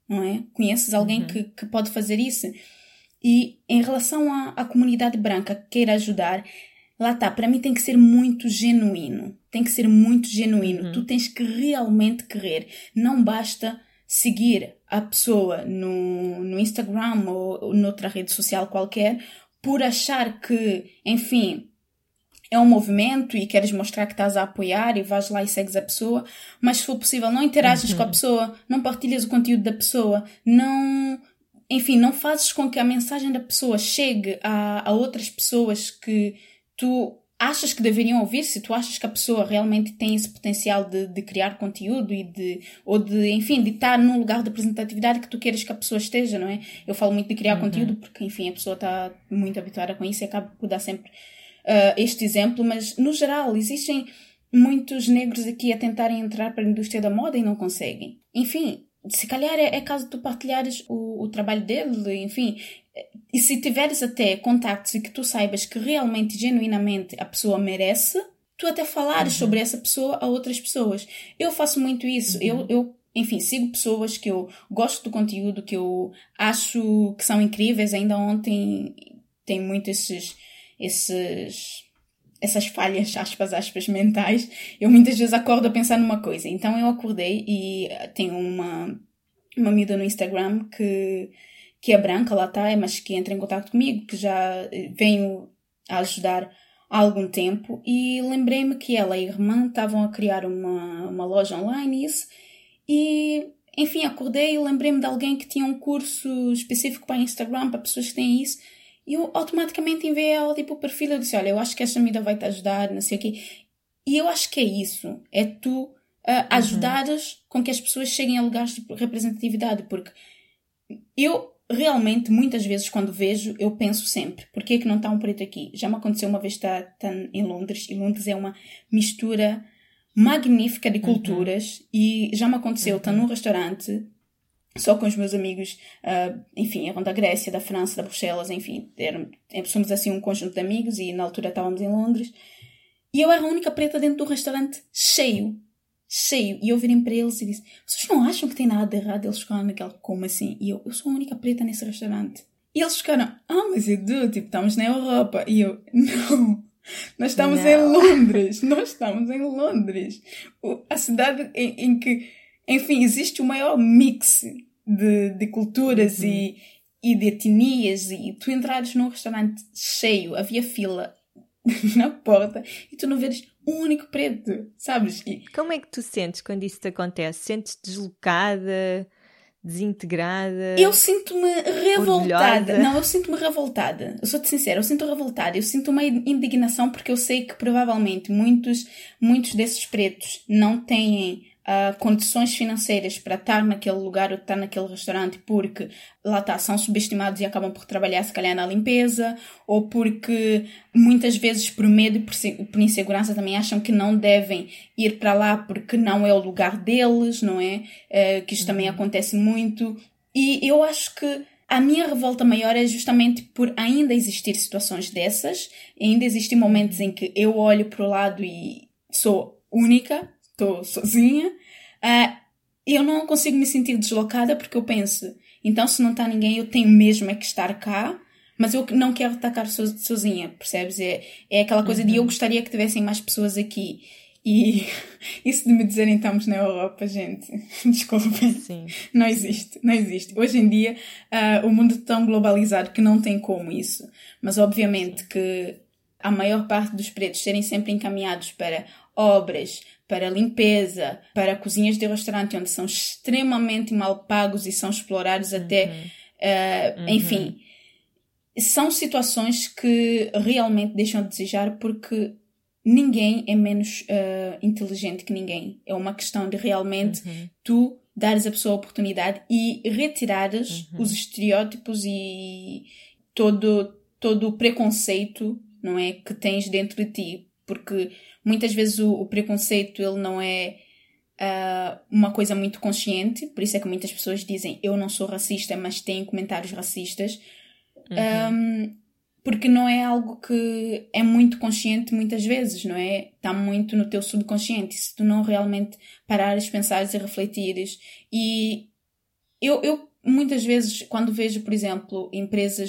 não é? Conheces alguém que pode fazer isso? E em relação à comunidade branca que queira ajudar, lá está, para mim tem que ser muito genuíno. Tem que ser muito genuíno. Tu tens que realmente querer. Não basta seguir a pessoa no Instagram ou noutra rede social qualquer por achar que, enfim, é um movimento e queres mostrar que estás a apoiar e vais lá e segues a pessoa, mas se for possível não interages com a pessoa, não partilhas o conteúdo da pessoa, não fazes com que a mensagem da pessoa chegue a outras pessoas que tu achas que deveriam ouvir, se tu achas que a pessoa realmente tem esse potencial de criar conteúdo ou de estar num lugar de representatividade que tu queres que a pessoa esteja, não é? Eu falo muito de criar conteúdo porque, enfim, a pessoa está muito habituada com isso e acaba por dar sempre este exemplo, mas no geral existem muitos negros aqui a tentarem entrar para a indústria da moda e não conseguem. Enfim, se calhar é caso de tu partilhares o trabalho dele, enfim. E se tiveres até contactos e que tu saibas que realmente, genuinamente, a pessoa merece, tu até falares sobre essa pessoa a outras pessoas. Eu faço muito isso. Enfim, sigo pessoas que eu gosto do conteúdo, que eu acho que são incríveis. Ainda ontem tem muito essas falhas, aspas, mentais. Eu muitas vezes acordo a pensar numa coisa. Então eu acordei e tenho uma miúda no Instagram que é branca, lá está, mas que entra em contato comigo, que já venho a ajudar há algum tempo, e lembrei-me que ela e a irmã estavam a criar uma loja online e enfim, acordei e lembrei-me de alguém que tinha um curso específico para Instagram, para pessoas que têm isso, e eu automaticamente enviei ela tipo o perfil. Eu disse, olha, eu acho que esta amiga vai-te ajudar, não sei o quê. E eu acho que é isso, é tu ajudares com que as pessoas cheguem a lugares de representatividade, porque eu realmente, muitas vezes, quando vejo, eu penso sempre, porquê é que não está um preto aqui? Já me aconteceu uma vez estar em Londres, e Londres é uma mistura magnífica de culturas, e já me aconteceu estar num restaurante, só com os meus amigos, enfim, eram da Grécia, da França, da Bruxelas, enfim, somos assim um conjunto de amigos, e na altura estávamos em Londres, e eu era a única preta dentro do restaurante cheio, e eu virei para eles e disse, vocês não acham que tem nada de errado? Eles ficaram naquela, como assim? E eu sou a única preta nesse restaurante. E eles ficaram, mas Edu, tipo, estamos na Europa. E eu, não, nós estamos em Londres, a cidade em que, enfim, existe o maior mix de culturas e de etnias, e tu entrares num restaurante cheio, havia fila na porta, e tu não vês um único preto, sabes?
Como é que tu sentes quando isso te acontece? Sentes-te deslocada, desintegrada?
Eu sinto-me revoltada.
Orgulhosa?
Não, eu sinto-me revoltada. Eu sou-te sincera, eu sinto revoltada. Eu sinto uma indignação porque eu sei que provavelmente muitos desses pretos não têm condições financeiras para estar naquele lugar ou estar naquele restaurante porque, lá está, são subestimados e acabam por trabalhar se calhar na limpeza, ou porque muitas vezes por medo e por insegurança também acham que não devem ir para lá porque não é o lugar deles, não é? Que isto também acontece muito. E eu acho que a minha revolta maior é justamente por ainda existir situações dessas, ainda existem momentos em que eu olho para o lado e sou única, estou sozinha, eu não consigo me sentir deslocada porque eu penso, então se não está ninguém eu tenho mesmo é que estar cá, mas eu não quero estar sozinha, percebes? É aquela coisa de eu gostaria que tivessem mais pessoas aqui. E isso de me dizerem estamos na Europa, gente, desculpem,
Sim.
Não existe. Hoje em dia o mundo é tão globalizado que não tem como isso, mas obviamente que a maior parte dos pretos serem sempre encaminhados para obras, para limpeza, para cozinhas de restaurante onde são extremamente mal pagos e são explorados até, enfim, são situações que realmente deixam de desejar porque ninguém é menos inteligente que ninguém. É uma questão de realmente tu dares a pessoa a oportunidade e retirares os estereótipos e todo o preconceito, não é, que tens dentro de ti. Porque muitas vezes o preconceito ele não é uma coisa muito consciente, por isso é que muitas pessoas dizem eu não sou racista, mas têm comentários racistas. Porque não é algo que é muito consciente muitas vezes, não é? Está muito no teu subconsciente. Se tu não realmente parares, pensares e refletires e eu muitas vezes, quando vejo, por exemplo, empresas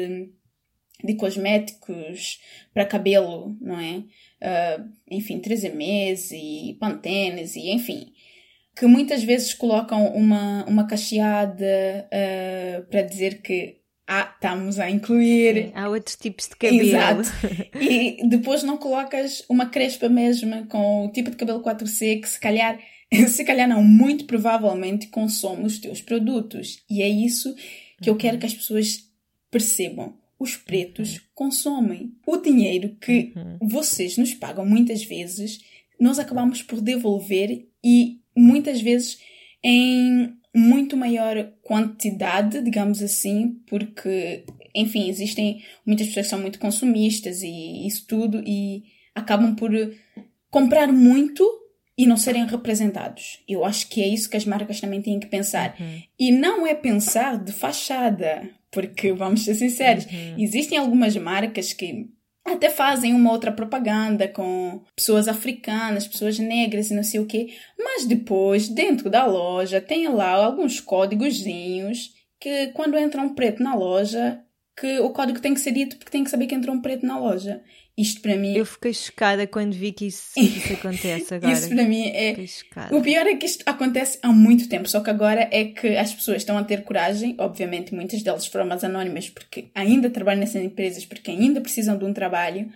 de cosméticos para cabelo, não é? Enfim, 3Ms e Pantenes e enfim, que muitas vezes colocam uma cacheada para dizer que estamos a incluir...
Sim, há outros tipos de cabelo.
Exato. E depois não colocas uma crespa mesmo com o tipo de cabelo 4C que se calhar não, muito provavelmente consome os teus produtos. E é isso que eu quero que as pessoas percebam. Os pretos consomem. O dinheiro que vocês nos pagam muitas vezes, nós acabamos por devolver e muitas vezes em muito maior quantidade, digamos assim, porque, enfim, existem muitas pessoas que são muito consumistas e isso tudo e acabam por comprar muito e não serem representados. Eu acho que é isso que as marcas também têm que pensar. E não é pensar de fachada, porque, vamos ser sinceros, existem algumas marcas que até fazem uma outra propaganda com pessoas africanas, pessoas negras e não sei o quê, mas depois, dentro da loja, tem lá alguns códigozinhos que quando entra um preto na loja, que o código tem que ser dito porque tem que saber que entrou um preto na loja. Isto para mim...
Eu fiquei chocada quando vi que isso acontece agora.
Isso para mim é... O pior é que isto acontece há muito tempo, só que agora é que as pessoas estão a ter coragem, obviamente muitas delas de formas anónimas, porque ainda trabalham nessas empresas, porque ainda precisam de um trabalho.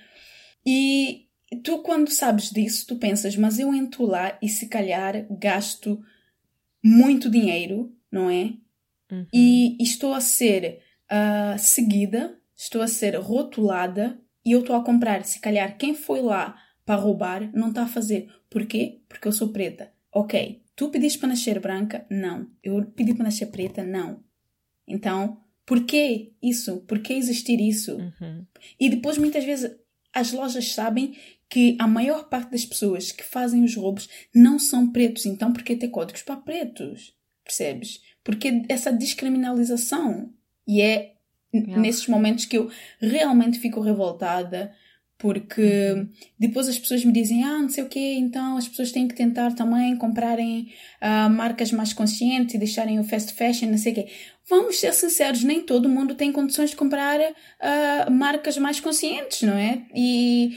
E tu quando sabes disso, tu pensas, mas eu entro lá e se calhar gasto muito dinheiro, não é? E estou a ser seguida, estou a ser rotulada, e eu estou a comprar, se calhar quem foi lá para roubar não está a fazer. Porquê? Porque eu sou preta. Ok, tu pediste para nascer branca? Não. Eu pedi para nascer preta? Não. Então, porquê isso? Porquê existir isso? E depois muitas vezes as lojas sabem que a maior parte das pessoas que fazem os roubos não são pretos. Então, porquê ter códigos para pretos? Percebes? Porque essa descriminalização. E é nesses momentos que eu realmente fico revoltada, porque depois as pessoas me dizem, não sei o quê, então as pessoas têm que tentar também comprarem marcas mais conscientes e deixarem o fast fashion, não sei o quê. Vamos ser sinceros, nem todo mundo tem condições de comprar marcas mais conscientes, não é? E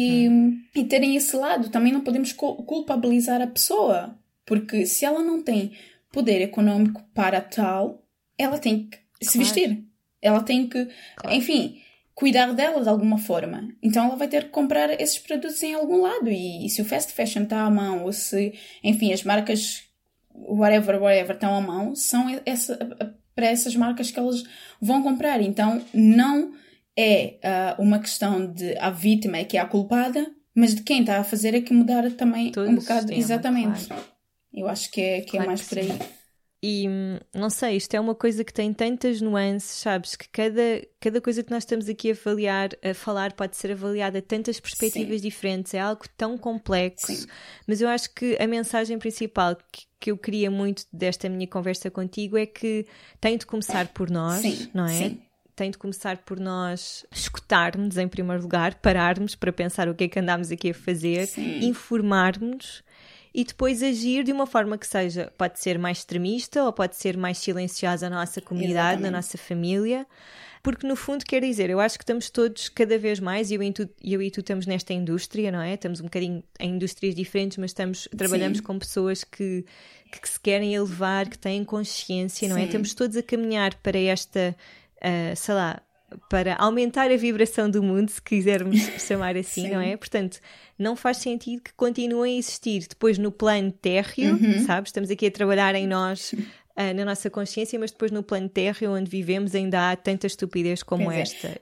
terem esse lado. Também não podemos culpabilizar a pessoa, porque se ela não tem poder econômico para tal, ela tem que se vestir. Ela tem que, enfim, cuidar dela de alguma forma. Então ela vai ter que comprar esses produtos em algum lado. E se o fast fashion está à mão, ou se, enfim, as marcas whatever estão à mão, são para essas marcas que elas vão comprar. Então não é uma questão de a vítima é que é a culpada, mas de quem está a fazer é que mudar também
todo
um bocado.
Sistema,
exatamente.
Claro.
Eu acho que é
Claro
mais
que
por aí.
E não sei, isto é uma coisa que tem tantas nuances, sabes? Que cada coisa que nós estamos aqui a falar pode ser avaliada de tantas perspectivas diferentes, é algo tão complexo. Mas eu acho que a mensagem principal que eu queria muito desta minha conversa contigo é que tem de começar por nós, não é? Tem de começar por nós escutarmos em primeiro lugar, pararmos para pensar o que é que andamos aqui a fazer, informarmos e depois agir de uma forma que seja, pode ser mais extremista ou pode ser mais silenciosa na nossa comunidade, na nossa família, porque no fundo quer dizer, eu acho que estamos todos cada vez mais, eu e tu estamos nesta indústria, não é? Estamos um bocadinho em indústrias diferentes, mas trabalhamos com pessoas que se querem elevar, que têm consciência, não é? Estamos todos a caminhar para esta, sei lá, para aumentar a vibração do mundo, se quisermos chamar assim, não é? Portanto, não faz sentido que continuem a existir depois no plano térreo, sabes? Estamos aqui a trabalhar em nós, na nossa consciência, mas depois no plano térreo onde vivemos ainda há tanta estupidez como esta.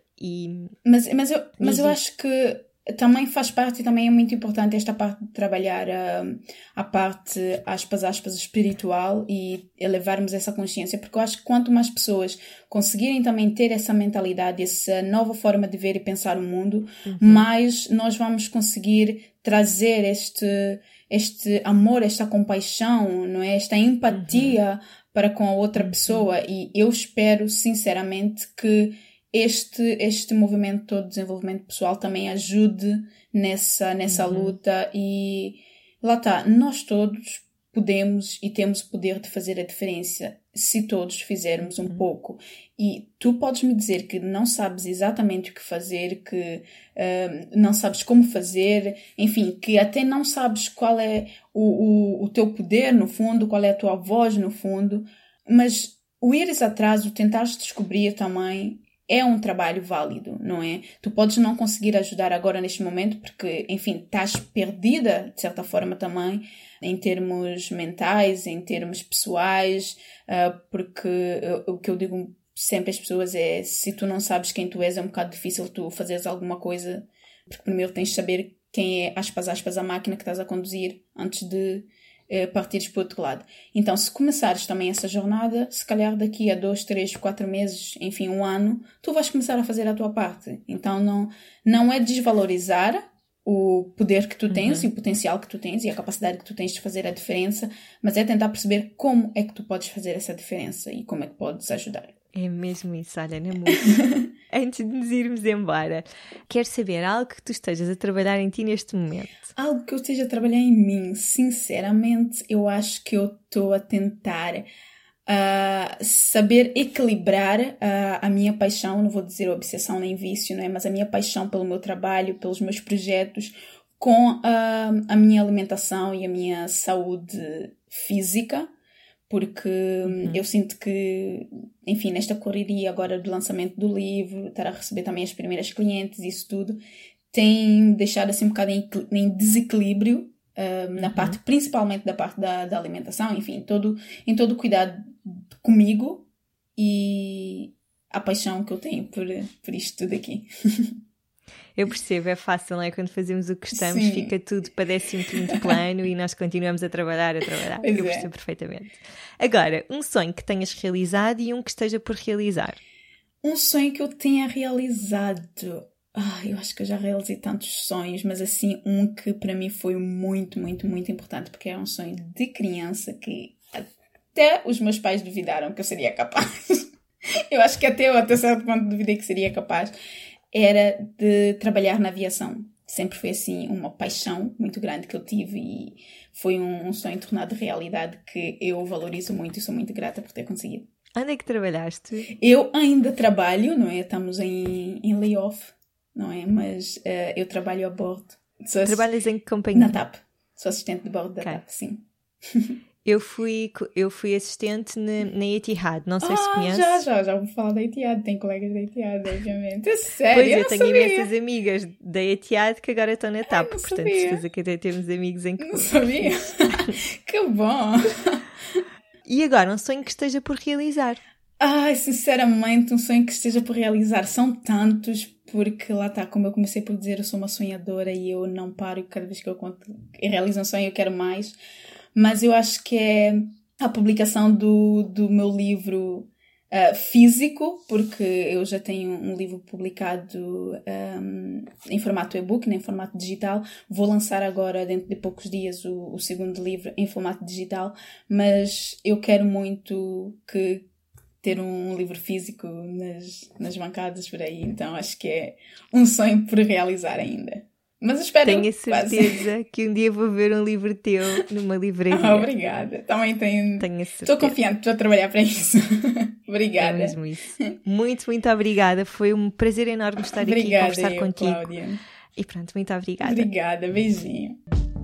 Mas eu acho que também faz parte e também é muito importante esta parte de trabalhar a parte, aspas, espiritual e elevarmos essa consciência, porque eu acho que quanto mais pessoas conseguirem também ter essa mentalidade, essa nova forma de ver e pensar o mundo, mais nós vamos conseguir trazer este amor, esta compaixão, não é? Esta empatia para com a outra pessoa. E eu espero sinceramente que este movimento todo de desenvolvimento pessoal também ajude nessa luta. E lá está, nós todos podemos e temos o poder de fazer a diferença. se todos fizermos um pouco. E tu podes me dizer que não sabes exatamente o que fazer, que não sabes como fazer, enfim, que até não sabes qual é o teu poder no fundo, qual é a tua voz no fundo, mas o ires atrás, o tentares descobrir também é um trabalho válido, não é? Tu podes não conseguir ajudar agora neste momento porque, enfim, estás perdida, de certa forma também, em termos mentais, em termos pessoais, porque o que eu digo sempre às pessoas é, se tu não sabes quem tu és, é um bocado difícil tu fazeres alguma coisa, porque primeiro tens de saber quem é, aspas, a máquina que estás a conduzir antes de partires para o outro lado. Então, se começares também essa jornada, se calhar daqui a 2, 3, 4 meses, enfim, 1 ano, tu vais começar a fazer a tua parte. Então, não é desvalorizar o poder que tu tens e o potencial que tu tens e a capacidade que tu tens de fazer a diferença, mas é tentar perceber como é que tu podes fazer essa diferença e como é que podes ajudar.
É mesmo isso, olha, na música. Antes de nos irmos embora, quero saber algo que tu estejas a trabalhar em ti neste momento.
Algo que eu esteja a trabalhar em mim, sinceramente, eu acho que eu estou a tentar saber equilibrar a minha paixão, não vou dizer obsessão nem vício, não é? Mas a minha paixão pelo meu trabalho, pelos meus projetos, com a minha alimentação e a minha saúde física, porque eu sinto que, enfim, nesta correria agora do lançamento do livro, estar a receber também as primeiras clientes, isso tudo, tem deixado assim um bocado em desequilíbrio na parte, principalmente da parte da alimentação, enfim, em todo o cuidado comigo e a paixão que eu tenho por isto tudo aqui.
Eu percebo, é fácil, não é? Quando fazemos o que estamos,
Sim.
fica tudo para 15º plano e nós continuamos a trabalhar.
Pois
Eu
é.
percebo perfeitamente. Agora, um sonho que tenhas realizado e um que esteja por realizar.
Um sonho que eu tenha realizado. Eu acho que eu já realizei tantos sonhos, mas assim, um que para mim foi muito, muito, muito importante, porque é um sonho de criança que até os meus pais duvidaram que eu seria capaz. Eu acho que até certo ponto duvidei que seria capaz. Era de trabalhar na aviação. Sempre foi assim uma paixão muito grande que eu tive e foi um sonho tornado realidade que eu valorizo muito e sou muito grata por ter conseguido.
Onde é que trabalhaste?
Eu ainda trabalho, não é? Estamos em layoff, não é? Mas eu trabalho a bordo.
Trabalhas em que companhia?
Na TAP. Sou assistente de bordo da TAP, sim.
Eu fui assistente na Etihad, não sei se conheces.
Já vou falar da Etihad, tem colegas da Etihad, obviamente. É sério,
Pois, eu tenho
sabia.
imensas amigas da Etihad que agora estão na TAP,
não
portanto,
sabia.
certeza que até temos amigos em comum.
Não sabia? Que bom!
E agora, um sonho que esteja por realizar.
Sinceramente, um sonho que esteja por realizar. São tantos, porque lá está, como eu comecei por dizer, eu sou uma sonhadora e eu não paro, cada vez que eu realizo um sonho eu quero mais. Mas eu acho que é a publicação do meu livro físico, porque eu já tenho um livro publicado em formato e-book, em formato digital. Vou lançar agora, dentro de poucos dias, o segundo livro em formato digital, mas eu quero muito ter um livro físico nas bancadas por aí, então acho que é um sonho por realizar ainda. Mas espero...
Tenho a certeza que um dia vou ver um livro teu numa livraria.
Obrigada. Também tenho a certeza. Estou confiante, estou a trabalhar para isso. Obrigada.
É mesmo isso. Muito, muito obrigada. Foi um prazer enorme estar aqui e conversar contigo.
Cláudia.
E pronto, muito obrigada.
Obrigada, beijinho.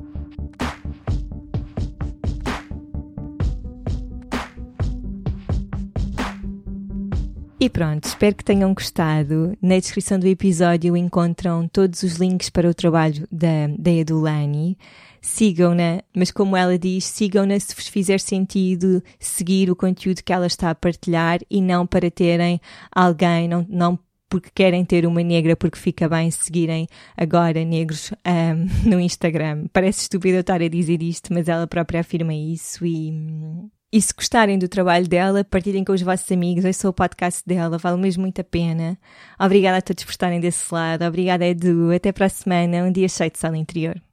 E pronto, espero que tenham gostado. Na descrição do episódio encontram todos os links para o trabalho da Edulani. Sigam-na, mas como ela diz, sigam-na se vos fizer sentido seguir o conteúdo que ela está a partilhar e não para terem alguém, não porque querem ter uma negra porque fica bem seguirem agora negros no Instagram. Parece estúpido eu estar a dizer isto, mas ela própria afirma isso e se gostarem do trabalho dela, partilhem com os vossos amigos, eu sou o podcast dela, vale mesmo muito a pena. Obrigada a todos por estarem desse lado, obrigada Edu, até para a semana, um dia cheio de sol interior.